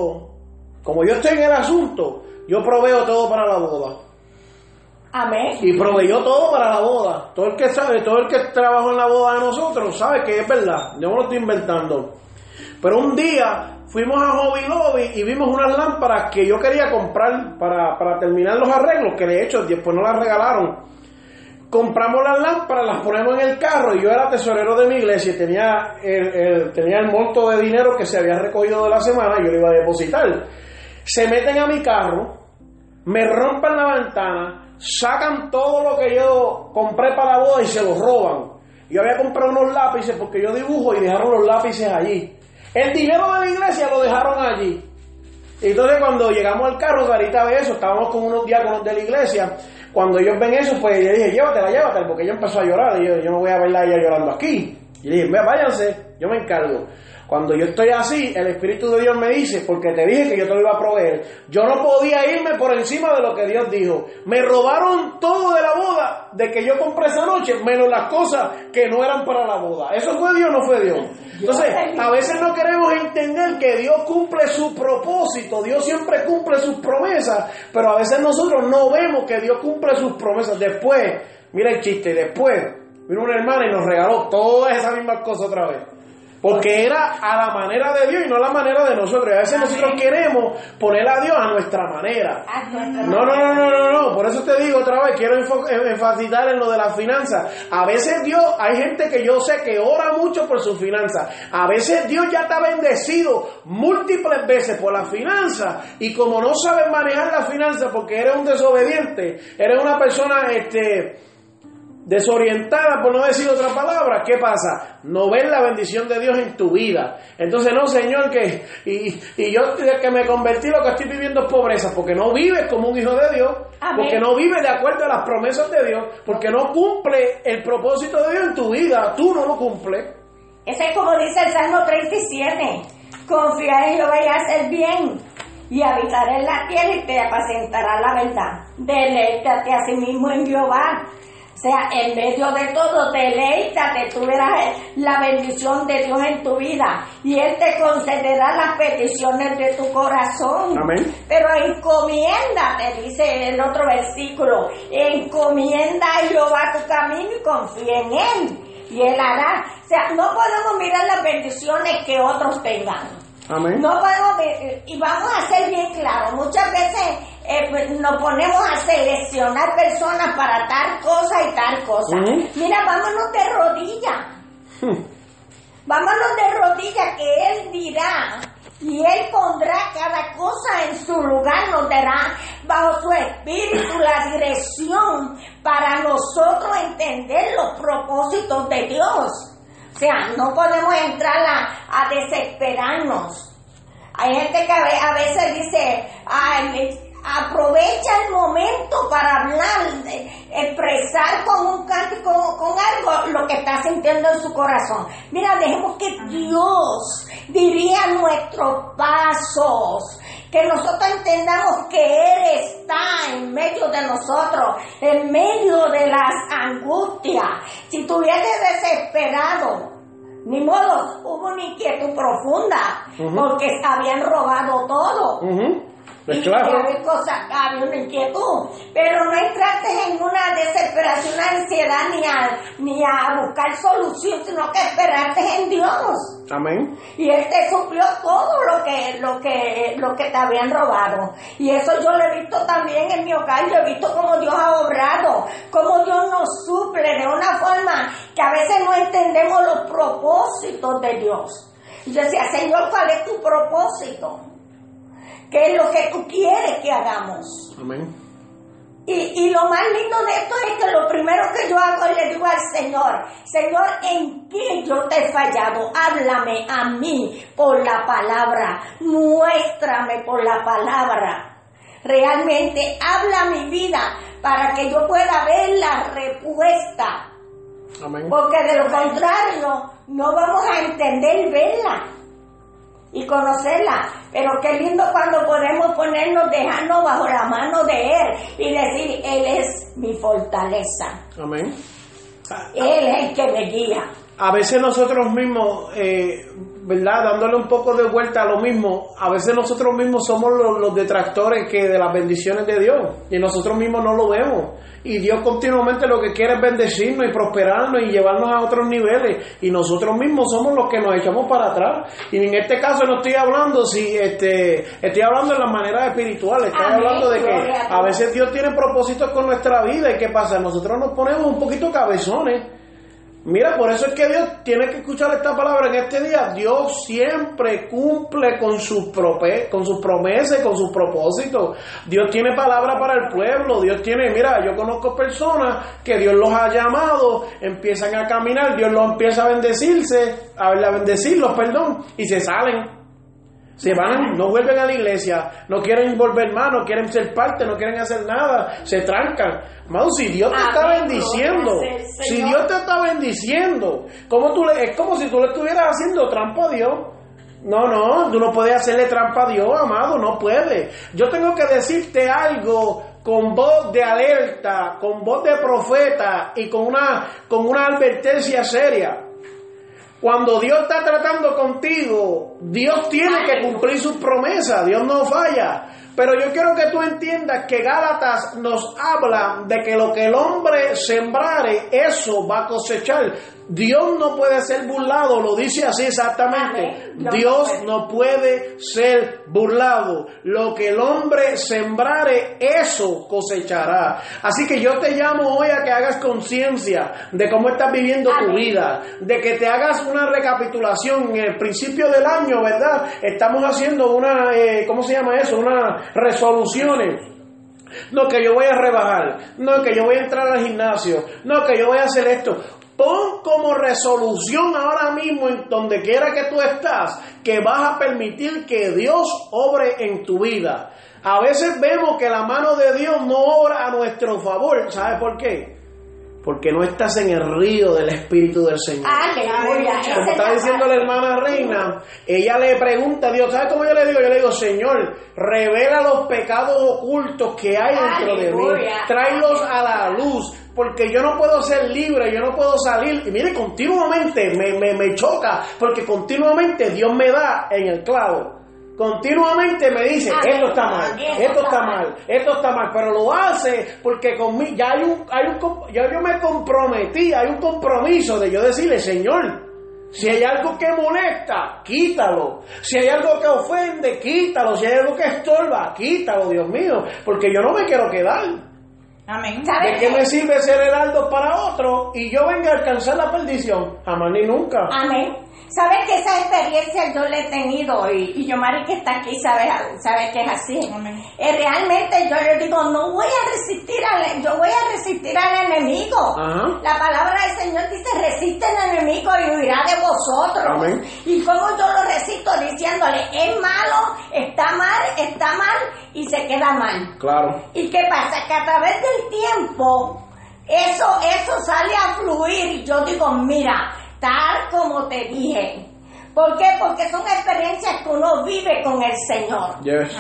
asunto, yo proveo todo para la boda. Amén. Y proveyó todo para la boda. Todo el que sabe, todo el que trabajó en la boda de nosotros sabe que es verdad. Yo no lo estoy inventando. Pero un día fuimos a Hobby Lobby y vimos unas lámparas que yo quería comprar para terminar los arreglos, que de hecho después no las regalaron. Compramos las lámparas, las ponemos en el carro, y yo era tesorero de mi iglesia y tenía el monto de dinero que se había recogido de la semana y yo lo iba a depositar. Se meten a mi carro, me rompen la ventana, sacan todo lo que yo compré para la boda y se lo roban. Yo había comprado unos lápices porque yo dibujo y dejaron los lápices allí. El dinero de la iglesia lo dejaron allí. Entonces cuando llegamos al carro, Sarita ve eso, estábamos con unos diáconos de la iglesia. Cuando ellos ven eso, pues yo dije, llévatela, porque ella empezó a llorar. Y yo no voy a verla a ella llorando aquí. Y le dije, mira, váyanse, yo me encargo. Cuando yo estoy así, el Espíritu de Dios me dice, porque te dije que yo te lo iba a proveer. Yo no podía irme por encima de lo que Dios dijo. Me robaron todo de la boda, de que yo compré esa noche, menos las cosas que no eran para la boda. ¿Eso fue Dios o no fue Dios? Entonces, a veces no queremos entender que Dios cumple su propósito. Dios siempre cumple sus promesas, pero a veces nosotros no vemos que Dios cumple sus promesas. Después, mira el chiste, después vino una hermana y nos regaló todas esas mismas cosas otra vez. Porque era a la manera de Dios y no a la manera de nosotros. Y a veces nosotros queremos poner a Dios a nuestra manera. No. Por eso te digo otra vez, quiero enfatizar en lo de las finanzas. A veces Dios, hay gente que yo sé que ora mucho por sus finanzas. A veces Dios ya te ha bendecido múltiples veces por las finanzas. Y como no sabes manejar las finanzas porque eres un desobediente, eres una persona desorientada, por no decir otra palabra, ¿qué pasa? No ves la bendición de Dios en tu vida. Entonces, no, Señor, y yo desde que me convertí lo que estoy viviendo es pobreza, porque no vives como un hijo de Dios. Amén. Porque no vives de acuerdo a las promesas de Dios, porque no cumple el propósito de Dios en tu vida, tú no lo cumples. Ese es como dice el Salmo 37, confiar en Jehová y hacer bien, y habitar en la tierra y te apacentará la verdad. Deleítate a sí mismo en Jehová. O sea, en medio de todo, deleítate, tú verás la bendición de Dios en tu vida y Él te concederá las peticiones de tu corazón. Amén. Pero encomiéndate, dice el otro versículo, encomienda a Jehová tu camino y confía en Él y Él hará. O sea, no podemos mirar las bendiciones que otros tengan. Amén. No podemos ver, y vamos a ser bien claros, muchas veces nos ponemos a seleccionar personas para tal cosa y tal cosa. Mira, vámonos de rodillas. Vámonos de rodillas, que Él dirá y Él pondrá cada cosa en su lugar, nos dará bajo su espíritu la dirección para nosotros entender los propósitos de Dios. O sea, no podemos entrar a desesperarnos. Hay gente que a veces dice, aprovecha el momento para hablar, expresar con un cántico, con algo, lo que está sintiendo en su corazón. Mira, dejemos que Dios dirija nuestros pasos, que nosotros entendamos que Él está en medio de nosotros, en medio de las angustias. Si estuvieses desesperado, ni modo, hubo una inquietud profunda, porque habían robado todo. Pues claro. Había una inquietud, pero no entraste en una desesperación, una ansiedad, ni a buscar solución, sino que esperaste en Dios. Amén. Y Él te suplió todo lo que te habían robado. Y eso yo lo he visto también en mi hogar. Yo he visto cómo Dios ha obrado, cómo Dios nos suple de una forma que a veces no entendemos los propósitos de Dios. Y yo decía, Señor, ¿cuál es tu propósito? ¿Qué es lo que tú quieres que hagamos? Amén. Y lo más lindo de esto es que lo primero que yo hago es le digo al Señor, Señor, ¿en qué yo te he fallado? Háblame a mí por la palabra, muéstrame por la palabra. Realmente habla mi vida para que yo pueda ver la respuesta. Amén. Porque de lo contrario no vamos a entender verla y conocerla. Pero qué lindo cuando podemos dejarnos bajo la mano de Él y decir, Él es mi fortaleza. Amén. Él es el que me guía. A veces nosotros mismos, ¿verdad? Dándole un poco de vuelta a lo mismo, a veces nosotros mismos somos los detractores de las bendiciones de Dios y nosotros mismos no lo vemos. Y Dios continuamente lo que quiere es bendecirnos y prosperarnos y llevarnos a otros niveles. Y nosotros mismos somos los que nos echamos para atrás. Y en este caso no estoy hablando, estoy hablando en las maneras espirituales. Estoy hablando de que a veces Dios tiene propósitos con nuestra vida. ¿Y qué pasa? Nosotros nos ponemos un poquito cabezones. Mira, por eso es que Dios tiene que escuchar esta palabra en este día. Dios siempre cumple con sus promesas y con sus propósitos. Dios tiene palabra para el pueblo. Dios tiene, mira, yo conozco personas que Dios los ha llamado, empiezan a caminar, Dios los empieza a bendecirlos, y se salen. Se van, no vuelven a la iglesia, no quieren volver más, no quieren ser parte, no quieren hacer nada, se trancan. Amado, si Dios te está bendiciendo, si Dios te está bendiciendo, es como si tú le estuvieras haciendo trampa a Dios. No, tú no puedes hacerle trampa a Dios, amado, no puedes. Yo tengo que decirte algo con voz de alerta, con voz de profeta y con una advertencia seria. Cuando Dios está tratando contigo, Dios tiene que cumplir sus promesas, Dios no falla. Pero yo quiero que tú entiendas que Gálatas nos habla de que lo que el hombre sembrare, eso va a cosechar. Dios no puede ser burlado, lo dice así exactamente. Dios no puede ser burlado. Lo que el hombre sembrare, eso cosechará. Así que yo te llamo hoy a que hagas conciencia de cómo estás viviendo tu vida, de que te hagas una recapitulación. En el principio del año, ¿verdad? Estamos haciendo ¿cómo se llama eso? Unas resoluciones. No, que yo voy a rebajar. No, que yo voy a entrar al gimnasio. No, que yo voy a hacer esto. Pon como resolución ahora mismo, en donde quiera que tú estás, que vas a permitir que Dios obre en tu vida. A veces vemos que la mano de Dios no obra a nuestro favor. ¿Sabes por qué? Porque no estás en el río del Espíritu del Señor. Aleluya. Como está diciendo la hermana Reina, ella le pregunta a Dios, ¿sabes cómo yo le digo? Yo le digo, Señor, revela los pecados ocultos que hay dentro de mí. Tráelos a la luz. Porque yo no puedo ser libre, yo no puedo salir. Y mire, continuamente me choca, porque continuamente Dios me da en el clavo. Continuamente me dice, esto está mal, esto está mal, esto está mal. Pero lo hace porque conmigo ya yo me comprometí, hay un compromiso de yo decirle, Señor, si hay algo que molesta, quítalo. Si hay algo que ofende, quítalo. Si hay algo que estorba, quítalo, Dios mío. Porque yo no me quiero quedar. Amén. ¿De qué me sirve ser heraldo para otro y yo venga a alcanzar la perdición? Jamás ni nunca. Amén. ¿Sabes que esa experiencia yo la he tenido? Y yo, Mari, que está aquí, sabe que es así. Realmente yo le digo, no voy a resistir yo voy a resistir al enemigo. Ajá. La palabra del Señor dice, resiste al enemigo y huirá de vosotros. Amén. Y como yo lo resisto diciéndole, es malo, está mal y se queda mal. Claro. ¿Y qué pasa? Que a través del tiempo, eso sale a fluir y yo digo, mira, tal como te dije. ¿Por qué? Porque son experiencias que uno vive con el Señor. Yes.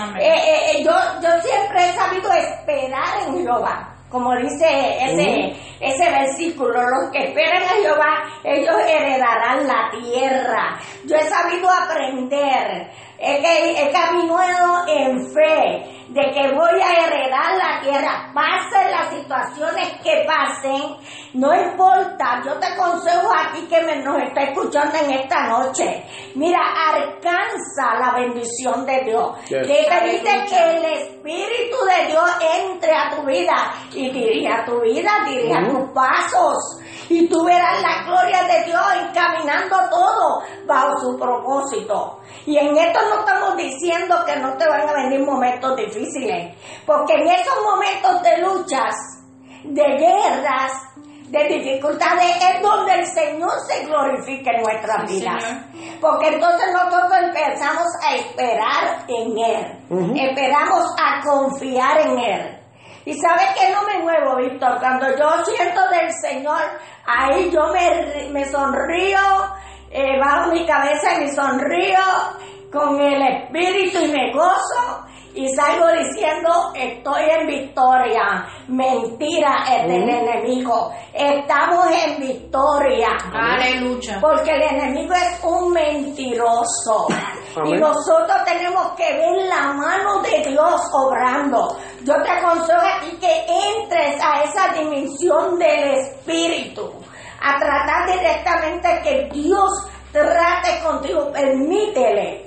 Yo siempre he sabido esperar en Jehová. Como dice ese versículo, los que esperan a Jehová, ellos heredarán la tierra. Yo he sabido aprender, he caminado en fe de que voy a heredar la tierra. Pasen las situaciones que pasen, no importa. Yo te aconsejo a ti que nos está escuchando en esta noche. Mira, alcanza la bendición de Dios. Yes. Que te dice que el Espíritu de Dios entre a tu vida y dirija tu vida, dirija tus pasos. Y tú verás la gloria de Dios encaminando todo bajo su propósito. Y en esto no estamos diciendo que no te van a venir momentos difíciles, porque en esos momentos de luchas, de guerras, de dificultades, es donde el Señor se glorifica en nuestras vidas. Señor. Porque entonces nosotros empezamos a esperar en Él, esperamos a confiar en Él. Y ¿sabes que no me muevo, Víctor? Cuando yo siento del Señor, ahí yo me sonrío, bajo mi cabeza y me sonrío con el Espíritu y me gozo y salgo diciendo, estoy en victoria. Mentira es del enemigo. Estamos en victoria. Aleluya. Porque el enemigo es un mentiroso. Amén. Y nosotros tenemos que ver la mano de Dios obrando. Yo te aconsejo a ti que entres a esa dimensión del Espíritu, a tratar directamente que Dios trate contigo. Permítele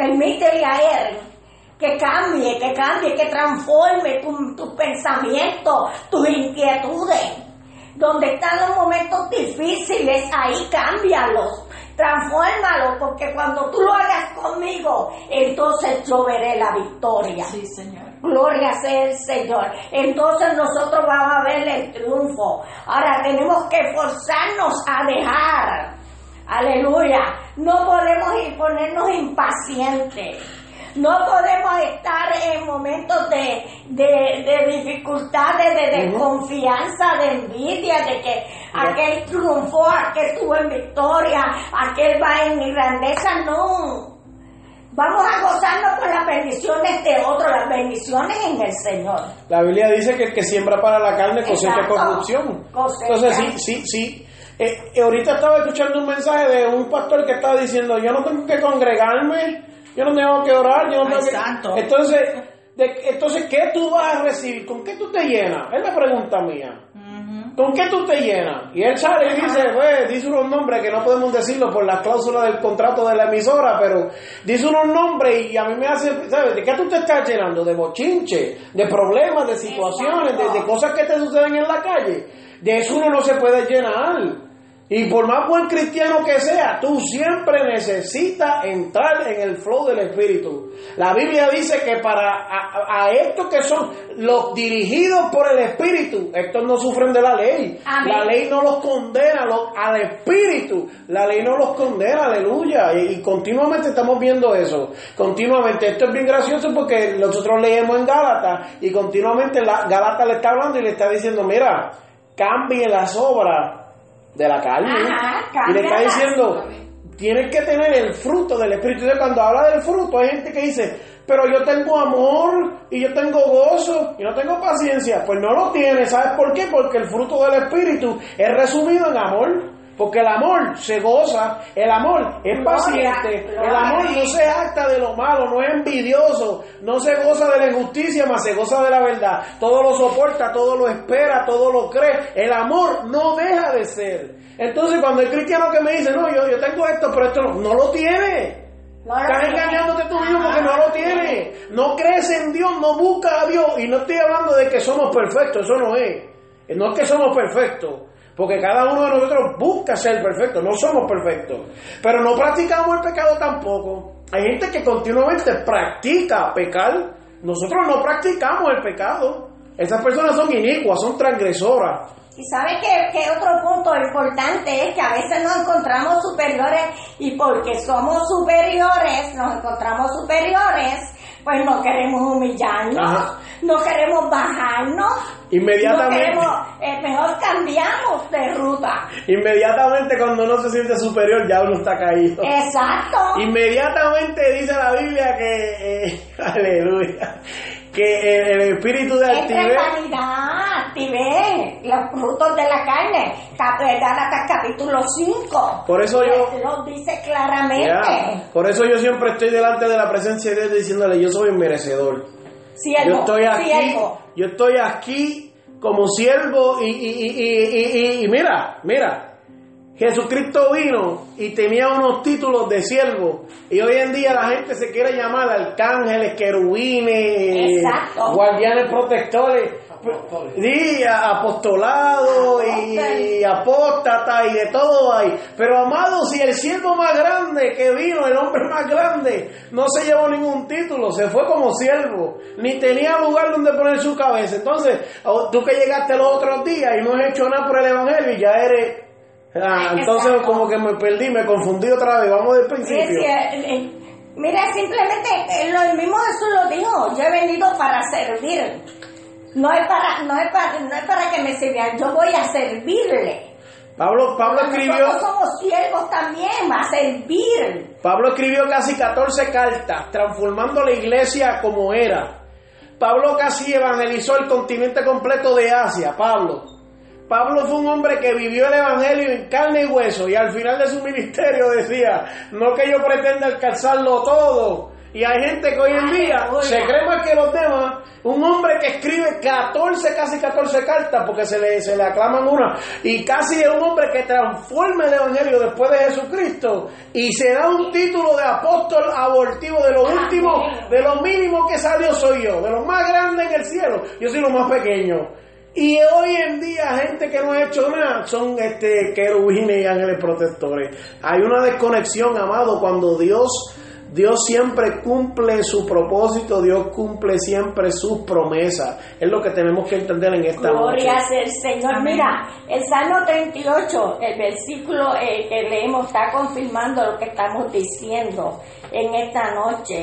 a Él que cambie, que transforme tus pensamientos, tus inquietudes. Donde están los momentos difíciles, ahí cámbialos, transfórmalos, porque cuando tú lo hagas conmigo, entonces yo veré la victoria. Sí, Señor. Gloria sea el Señor. Entonces nosotros vamos a ver el triunfo. Ahora tenemos que esforzarnos a dejar. Aleluya. No podemos ponernos impacientes. No podemos estar en momentos de dificultades, de desconfianza, de envidia, de que aquel triunfó, aquel tuvo en victoria, aquel va en grandeza. No. Vamos a gozarnos con las bendiciones de otros, las bendiciones en el Señor. La Biblia dice que el que siembra para la carne cosecha Exacto. corrupción. Cosecha. Entonces, sí. Ahorita estaba escuchando un mensaje de un pastor que estaba diciendo, yo no tengo que congregarme, yo no tengo que orar, yo no tengo Exacto. que... Entonces, ¿qué tú vas a recibir? ¿Con qué tú te llenas? Es la pregunta mía. ¿Con qué tú te llenas? Y él sale y dice unos nombres que no podemos decirlo por la cláusula del contrato de la emisora, pero dice unos nombres y a mí me hace, ¿sabes? ¿De qué tú te estás llenando? De bochinche, de problemas, de situaciones, de cosas que te suceden en la calle. De eso uno no se puede llenar. Y por más buen cristiano que sea, tú siempre necesitas entrar en el flow del Espíritu. La Biblia dice que para a estos que son los dirigidos por el Espíritu, estos no sufren de la ley. Amén. La ley no los condena al Espíritu. La ley no los condena, aleluya. Y continuamente estamos viendo eso. Continuamente. Esto es bien gracioso porque nosotros leemos en Gálatas y continuamente Gálatas le está hablando y le está diciendo, mira, cambie las obras de la carne. Y le está diciendo, tienes que tener el fruto del Espíritu. Entonces, cuando habla del fruto, hay gente que dice, pero yo tengo amor y yo tengo gozo y no tengo paciencia. Pues no lo tiene. ¿Sabes por qué? Porque el fruto del Espíritu es resumido en amor. Porque el amor se goza, el amor es paciente, el amor no se jacta de lo malo, no es envidioso, no se goza de la injusticia, mas se goza de la verdad. Todo lo soporta, todo lo espera, todo lo cree. El amor no deja de ser. Entonces cuando el cristiano que me dice, no, yo tengo esto, pero esto no lo tiene. Estás engañándote tú mismo porque no lo tienes. No crees en Dios, no buscas a Dios. Y no estoy hablando de que somos perfectos, eso no es. No es que somos perfectos. Porque cada uno de nosotros busca ser perfecto, no somos perfectos. Pero no practicamos el pecado tampoco. Hay gente que continuamente practica pecar. Nosotros no practicamos el pecado. Esas personas son inicuas, son transgresoras. Y ¿sabe qué otro punto importante es? Que a veces nos encontramos superiores y porque somos superiores, pues no queremos humillarnos, no queremos bajarnos. Inmediatamente, no queremos, mejor cambiamos de ruta. Inmediatamente cuando uno se siente superior ya uno está caído. Exacto. Inmediatamente dice la Biblia que, aleluya, que el espíritu de altivez, altivez, los frutos de la carne, Gálatas capítulo 5. Por eso lo dice claramente. Por eso yo siempre estoy delante de la presencia de Dios diciéndole, yo soy un merecedor. Siervo, yo estoy aquí como siervo y mira, Jesucristo vino y tenía unos títulos de siervo y hoy en día la gente se quiere llamar arcángeles, querubines, guardianes protectores, apostolado y apóstata y de todo hay. Pero amado, si el siervo más grande que vino, el hombre más grande, no se llevó ningún título, se fue como siervo, ni tenía lugar donde poner su cabeza. Entonces, tú que llegaste los otros días y no has hecho nada por el evangelio y ya eres... entonces como que me perdí, me confundí otra vez. Vamos del principio. Mira, simplemente el mismo Jesús lo dijo, yo he venido para servir. No es para que me sirvan, yo voy a servirle. Pablo escribió. Nosotros somos siervos también, a servir. Pablo escribió casi 14 cartas, transformando la iglesia como era. Pablo casi evangelizó el continente completo de Asia. Pablo fue un hombre que vivió el evangelio en carne y hueso y al final de su ministerio decía, no que yo pretenda alcanzarlo todo. Y hay gente que hoy en día se cree más que los demás. Un hombre que escribe casi 14 cartas porque se le aclaman una. Y casi es un hombre que transforma el evangelio después de Jesucristo. Y se da un título de apóstol abortivo de lo último, de lo mínimo que salió soy yo. De lo más grande en el cielo, yo soy lo más pequeño. Y hoy en día gente que no ha hecho nada son querubines y ángeles protectores. Hay una desconexión, amado, cuando Dios siempre cumple su propósito, Dios cumple siempre sus promesas. Es lo que tenemos que entender en esta noche. Gloria sea el Señor. Mira, el Salmo 38, el versículo que leemos está confirmando lo que estamos diciendo en esta noche.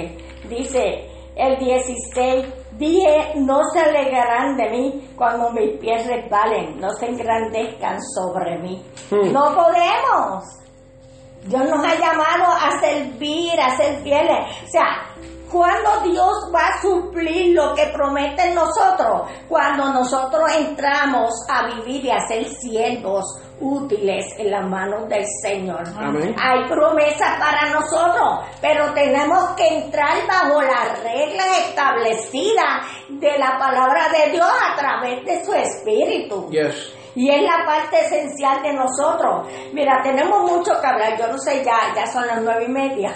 Dice el 16, dije, no se alegrarán de mí cuando mis pies resbalen, no se engrandezcan sobre mí. No podemos. Dios nos ha llamado a servir, a ser fieles. O sea, ¿cuándo Dios va a suplir lo que promete en nosotros? Cuando nosotros entramos a vivir y a ser siervos útiles en las manos del Señor. Amén. Hay promesas para nosotros, pero tenemos que entrar bajo las reglas establecidas de la palabra de Dios a través de su Espíritu. Yes. Y es la parte esencial de nosotros. Mira, tenemos mucho que hablar. Yo no sé, ya son las 9:30.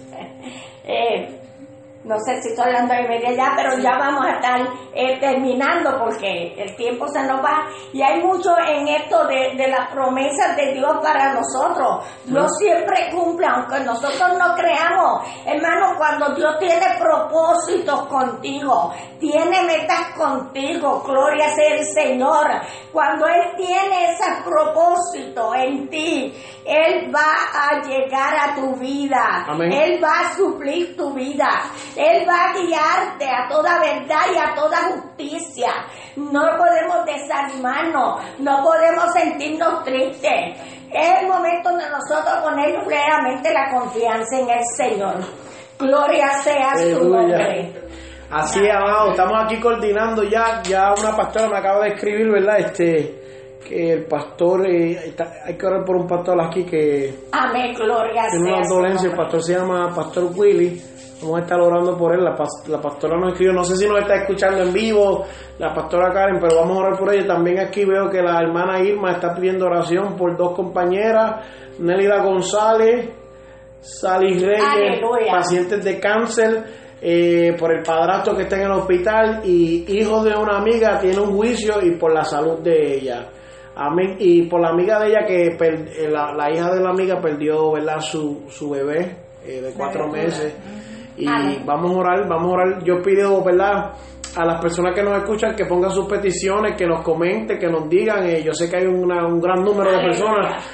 No sé si son las 9:30 ya, pero ya vamos a estar terminando porque el tiempo se nos va. Y hay mucho en esto de las promesas de Dios para nosotros. Dios siempre cumple, aunque nosotros no creamos. Hermano, cuando Dios tiene propósitos contigo, tiene metas contigo, gloria sea el Señor. Cuando Él tiene ese propósito en ti, Él va a llegar a tu vida. Amén. Él va a suplir tu vida. Él va a guiarte a toda verdad y a toda justicia. No podemos desanimarnos, no podemos sentirnos tristes. Es el momento de nosotros poner plenamente la confianza en el Señor. Gloria sea su nombre. Así es, amado, estamos aquí coordinando ya una pastora me acaba de escribir, ¿verdad? Que el pastor, hay que orar por un pastor aquí que Amén, gloria tiene sea una su dolencia. El nombre. pastor se llama Pastor Willy. Vamos a estar orando por él. La pastora nos escribió, no sé si nos está escuchando en vivo, la pastora Karen, pero vamos a orar por ella. También aquí veo que la hermana Irma está pidiendo oración por 2 compañeras, Nélida González, Sally Reyes, Aleluya. pacientes de cáncer, por el padrastro que está en el hospital y hijo de una amiga tiene un juicio y por la salud de ella. Amén. Y por la amiga de ella que la hija de la amiga perdió, ¿verdad?, su bebé de 4 meses. Y Amén. vamos a orar. Yo pido, ¿verdad?, a las personas que nos escuchan que pongan sus peticiones, que nos comenten, que nos digan. Yo sé que hay un gran número de personas.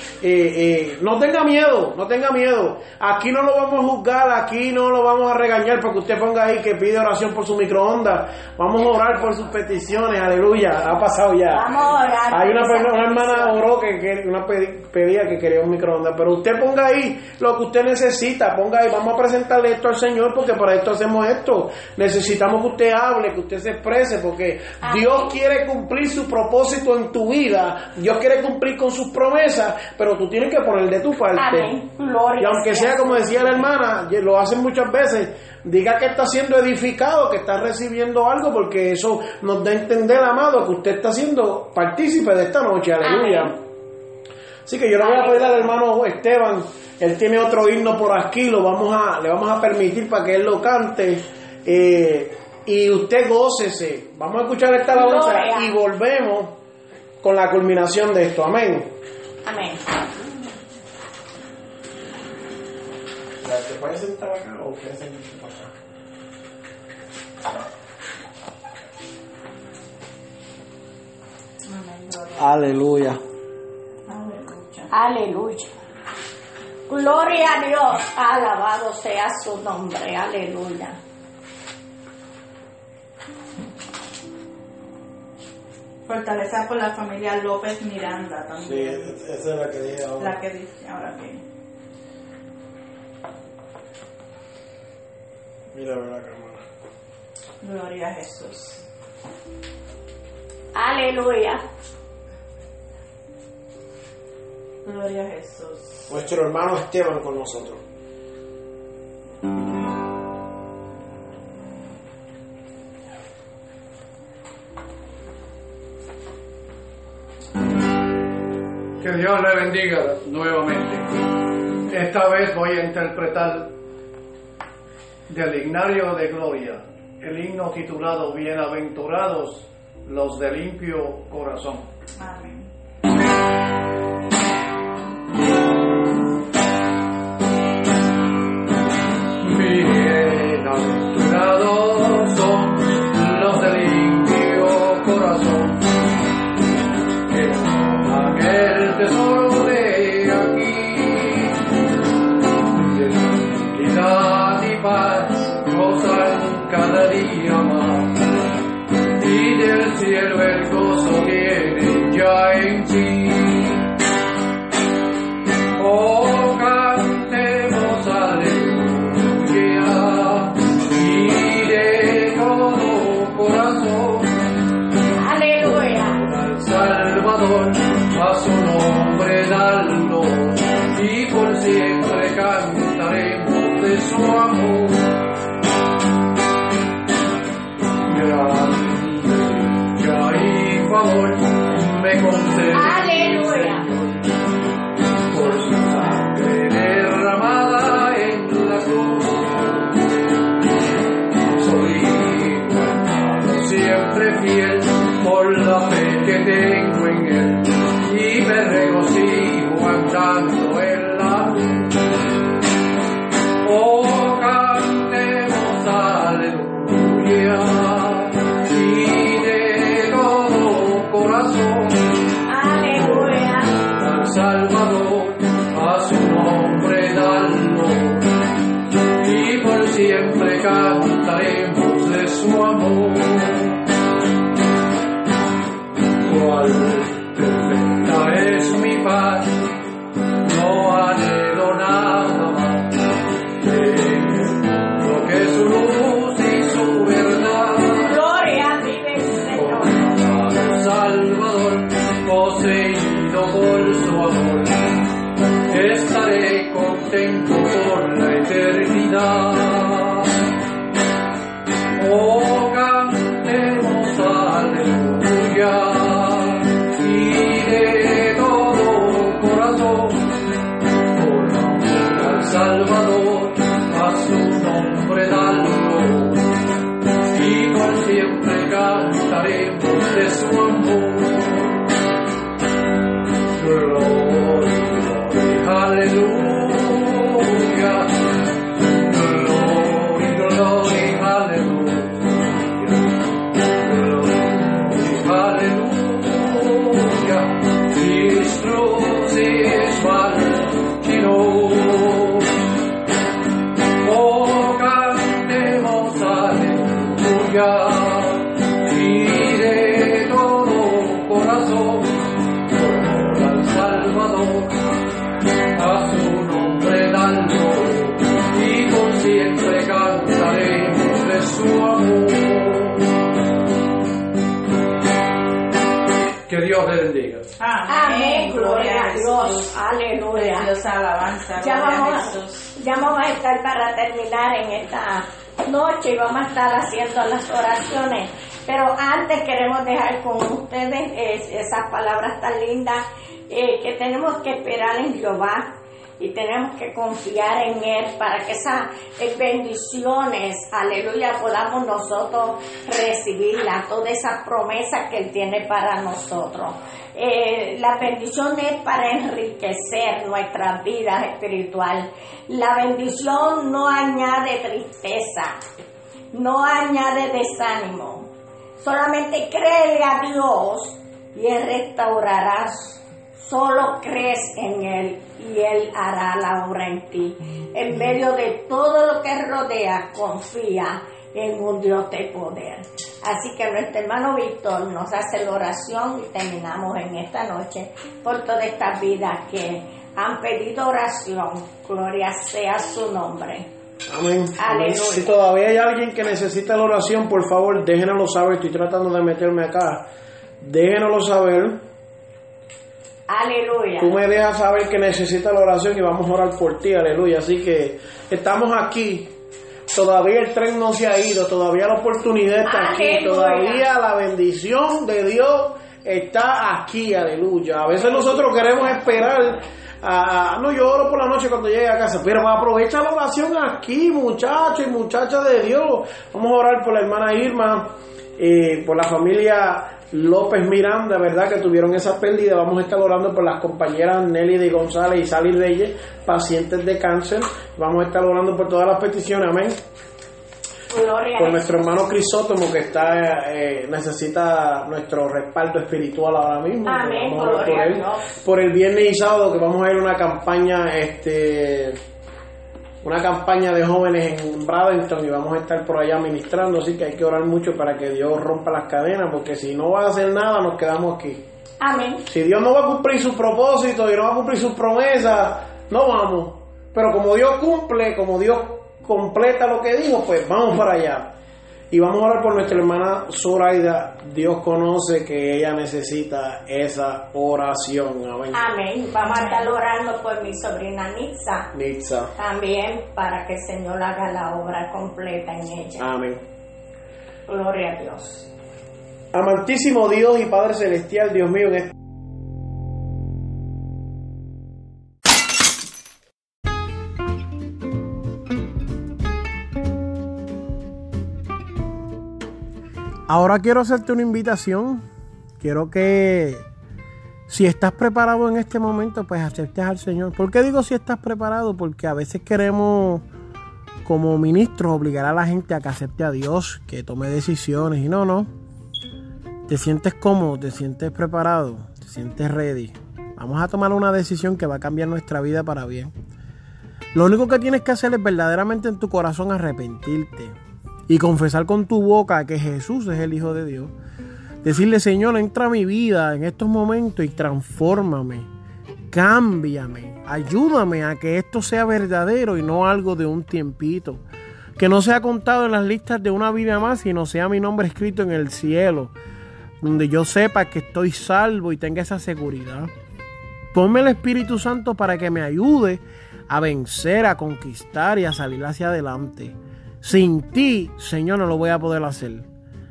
No tenga miedo. Aquí no lo vamos a juzgar, aquí no lo vamos a regañar porque usted ponga ahí que pide oración por su microondas. Vamos a orar por sus peticiones, aleluya. Ha pasado ya. Vamos a orar. Hay una por esa hermana petición. oró pedía que quería un microondas, pero usted ponga ahí lo que usted necesita, ponga ahí, vamos a presentarle esto al Señor porque para esto hacemos esto. Necesitamos que usted hable, que usted se exprese porque Amén. Dios quiere cumplir su propósito en tu vida, Dios quiere cumplir con sus promesas, pero tú tienes que poner de tu parte. Amén. Gloria Y aunque sea como decía la hermana, lo hacen muchas veces, diga que está siendo edificado, que está recibiendo algo, porque eso nos da a entender, amado, que usted está siendo partícipe de esta noche, aleluya. Amén. Así que yo le voy a pedir al hermano Esteban, él tiene otro himno por aquí, le vamos a permitir para que él lo cante, y usted gócese. Vamos a escuchar esta alabanza Gloria. y volvemos con la culminación de esto, amén. Amén. ¿Te puedes sentar acá o quieres sentar acá? Amén, gloria. Aleluya. Aleluya. Aleluya. Gloria a Dios. Alabado sea su nombre. Aleluya. Fortaleza por la familia López Miranda Sí, también. esa es la que dije ahora. La que dice ahora que. Mira, la cámara. Gloria a Jesús. Aleluya. Gloria a Jesús. Nuestro hermano Esteban con nosotros. Que Dios le bendiga nuevamente. Esta vez voy a interpretar del Himnario de Gloria, el himno titulado Bienaventurados los de limpio corazón. Amén. Bienaventurados son los de limpio corazón, que toman el tesoro de aquí, de tranquilidad y paz, gozan favor me concede. Aleluya. Por su sangre derramada en la cruz, soy guardado siempre fiel por la fe que tengo en él, y me regocijo andando en la luz. Oh, cantemos aleluya, y de todo corazón, Aleluya. al Salvador, a su nombre danlo, y por siempre cantaremos de su amor. Cuál perfecta es mi paz, no anhelo nada más lo que es su luz y su verdad. Gloria vive Señor. Al Salvador, poseído por su amor, estaré contento por la eternidad. Oh, cantemos aleluya, y de todo corazón, por amor al Salvador, a su nombre danlo, y por siempre cantaremos de su amor. Gloria, gloria, aleluya. Gloria, gloria, aleluya. Gloria, aleluya. His truth is what you know. Oh, cantemos aleluya, y de todo corazón, por amor al Salvador, a su nombre danlo, y por siempre cantaremos de su amor. Que Dios le bendiga. Amén. Gloria a Dios. Aleluya. Dios alabanza. Ya Gloria a vamos, Jesús. ya vamos a estar para terminar en esta noche y vamos a estar haciendo las oraciones. Pero antes queremos dejar con ustedes esas palabras tan lindas que tenemos que esperar en Jehová y tenemos que confiar en Él para que esas bendiciones, aleluya, podamos nosotros recibirlas, todas esas promesas que Él tiene para nosotros. La bendición es para enriquecer nuestras vidas espirituales. La bendición no añade tristeza, no añade desánimo. Solamente créele a Dios y Él restaurará. Solo crees en Él y Él hará la obra en ti. En medio de todo lo que rodea, confía en un Dios de poder. Así que nuestro hermano Víctor nos hace la oración y terminamos en esta noche por todas estas vidas que han pedido oración. Gloria sea su nombre. Amén. Aleluya. Si todavía hay alguien que necesita la oración, por favor, déjenoslo saber. Estoy tratando de meterme acá. Déjenoslo saber. Aleluya. Tú me dejas saber que necesita la oración y vamos a orar por ti. Aleluya. Así que estamos aquí. Todavía el tren no se ha ido. Todavía la oportunidad está aquí. Aleluya. Todavía la bendición de Dios está aquí. Aleluya. A veces nosotros queremos esperar. No, yo oro por la noche cuando llegue a casa, pero aprovecha la oración aquí, muchachos y muchachas de Dios. Vamos a orar por la hermana Irma, por la familia López Miranda, ¿verdad? Que tuvieron esa pérdida. Vamos a estar orando por las compañeras Nelly de González y Sally Reyes, pacientes de cáncer. Vamos a estar orando por todas las peticiones, amén. Gloria Por a nuestro hermano Crisóstomo que necesita nuestro respaldo espiritual ahora mismo. Amén. Vamos a orar por Gloria a él. Dios. Por el viernes y sábado que vamos a ir a una campaña de jóvenes en Bradenton y vamos a estar por allá ministrando, así que hay que orar mucho para que Dios rompa las cadenas, porque si no va a hacer nada nos quedamos aquí. Amén. Si Dios no va a cumplir su propósito y no va a cumplir sus promesas, no vamos. Pero como Dios cumple, como Dios completa lo que dijo, pues vamos para allá. Y vamos a orar por nuestra hermana Zoraida. Dios conoce que ella necesita esa oración. Amén. Amén. Vamos a estar orando por mi sobrina Nitza. Nitza. También para que el Señor haga la obra completa en ella. Amén. Gloria a Dios. Amantísimo Dios y Padre Celestial, Dios mío, en este Ahora quiero hacerte una invitación. Quiero que si estás preparado en este momento, pues aceptes al Señor. ¿Por qué digo si estás preparado? Porque a veces queremos, como ministros, obligar a la gente a que acepte a Dios, que tome decisiones. Y no. Te sientes cómodo, te sientes preparado, te sientes ready. Vamos a tomar una decisión que va a cambiar nuestra vida para bien. Lo único que tienes que hacer es verdaderamente en tu corazón arrepentirte y confesar con tu boca que Jesús es el Hijo de Dios. Decirle: Señor, entra a mi vida en estos momentos y transfórmame, cámbiame, ayúdame a que esto sea verdadero y no algo de un tiempito. Que no sea contado en las listas de una vida más, sino sea mi nombre escrito en el cielo, donde yo sepa que estoy salvo y tenga esa seguridad. Ponme el Espíritu Santo para que me ayude a vencer, a conquistar y a salir hacia adelante. Sin ti, Señor, no lo voy a poder hacer.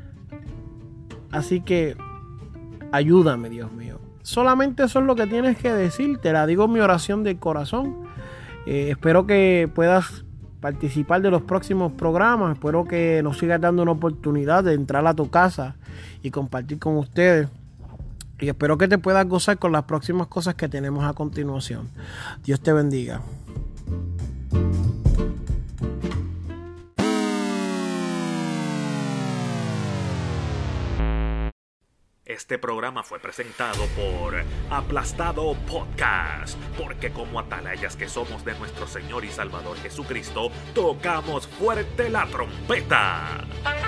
Así que ayúdame, Dios mío. Solamente eso es lo que tienes que decir. Te la digo en mi oración del corazón. Espero que puedas participar de los próximos programas. Espero que nos sigas dando una oportunidad de entrar a tu casa y compartir con ustedes. Y espero que te puedas gozar con las próximas cosas que tenemos a continuación. Dios te bendiga. Este programa fue presentado por Aplastado Podcast, porque como atalayas que somos de nuestro Señor y Salvador Jesucristo, tocamos fuerte la trompeta.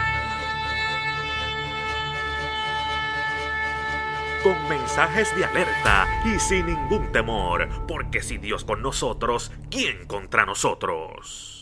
Con mensajes de alerta y sin ningún temor, porque si Dios con nosotros, ¿quién contra nosotros?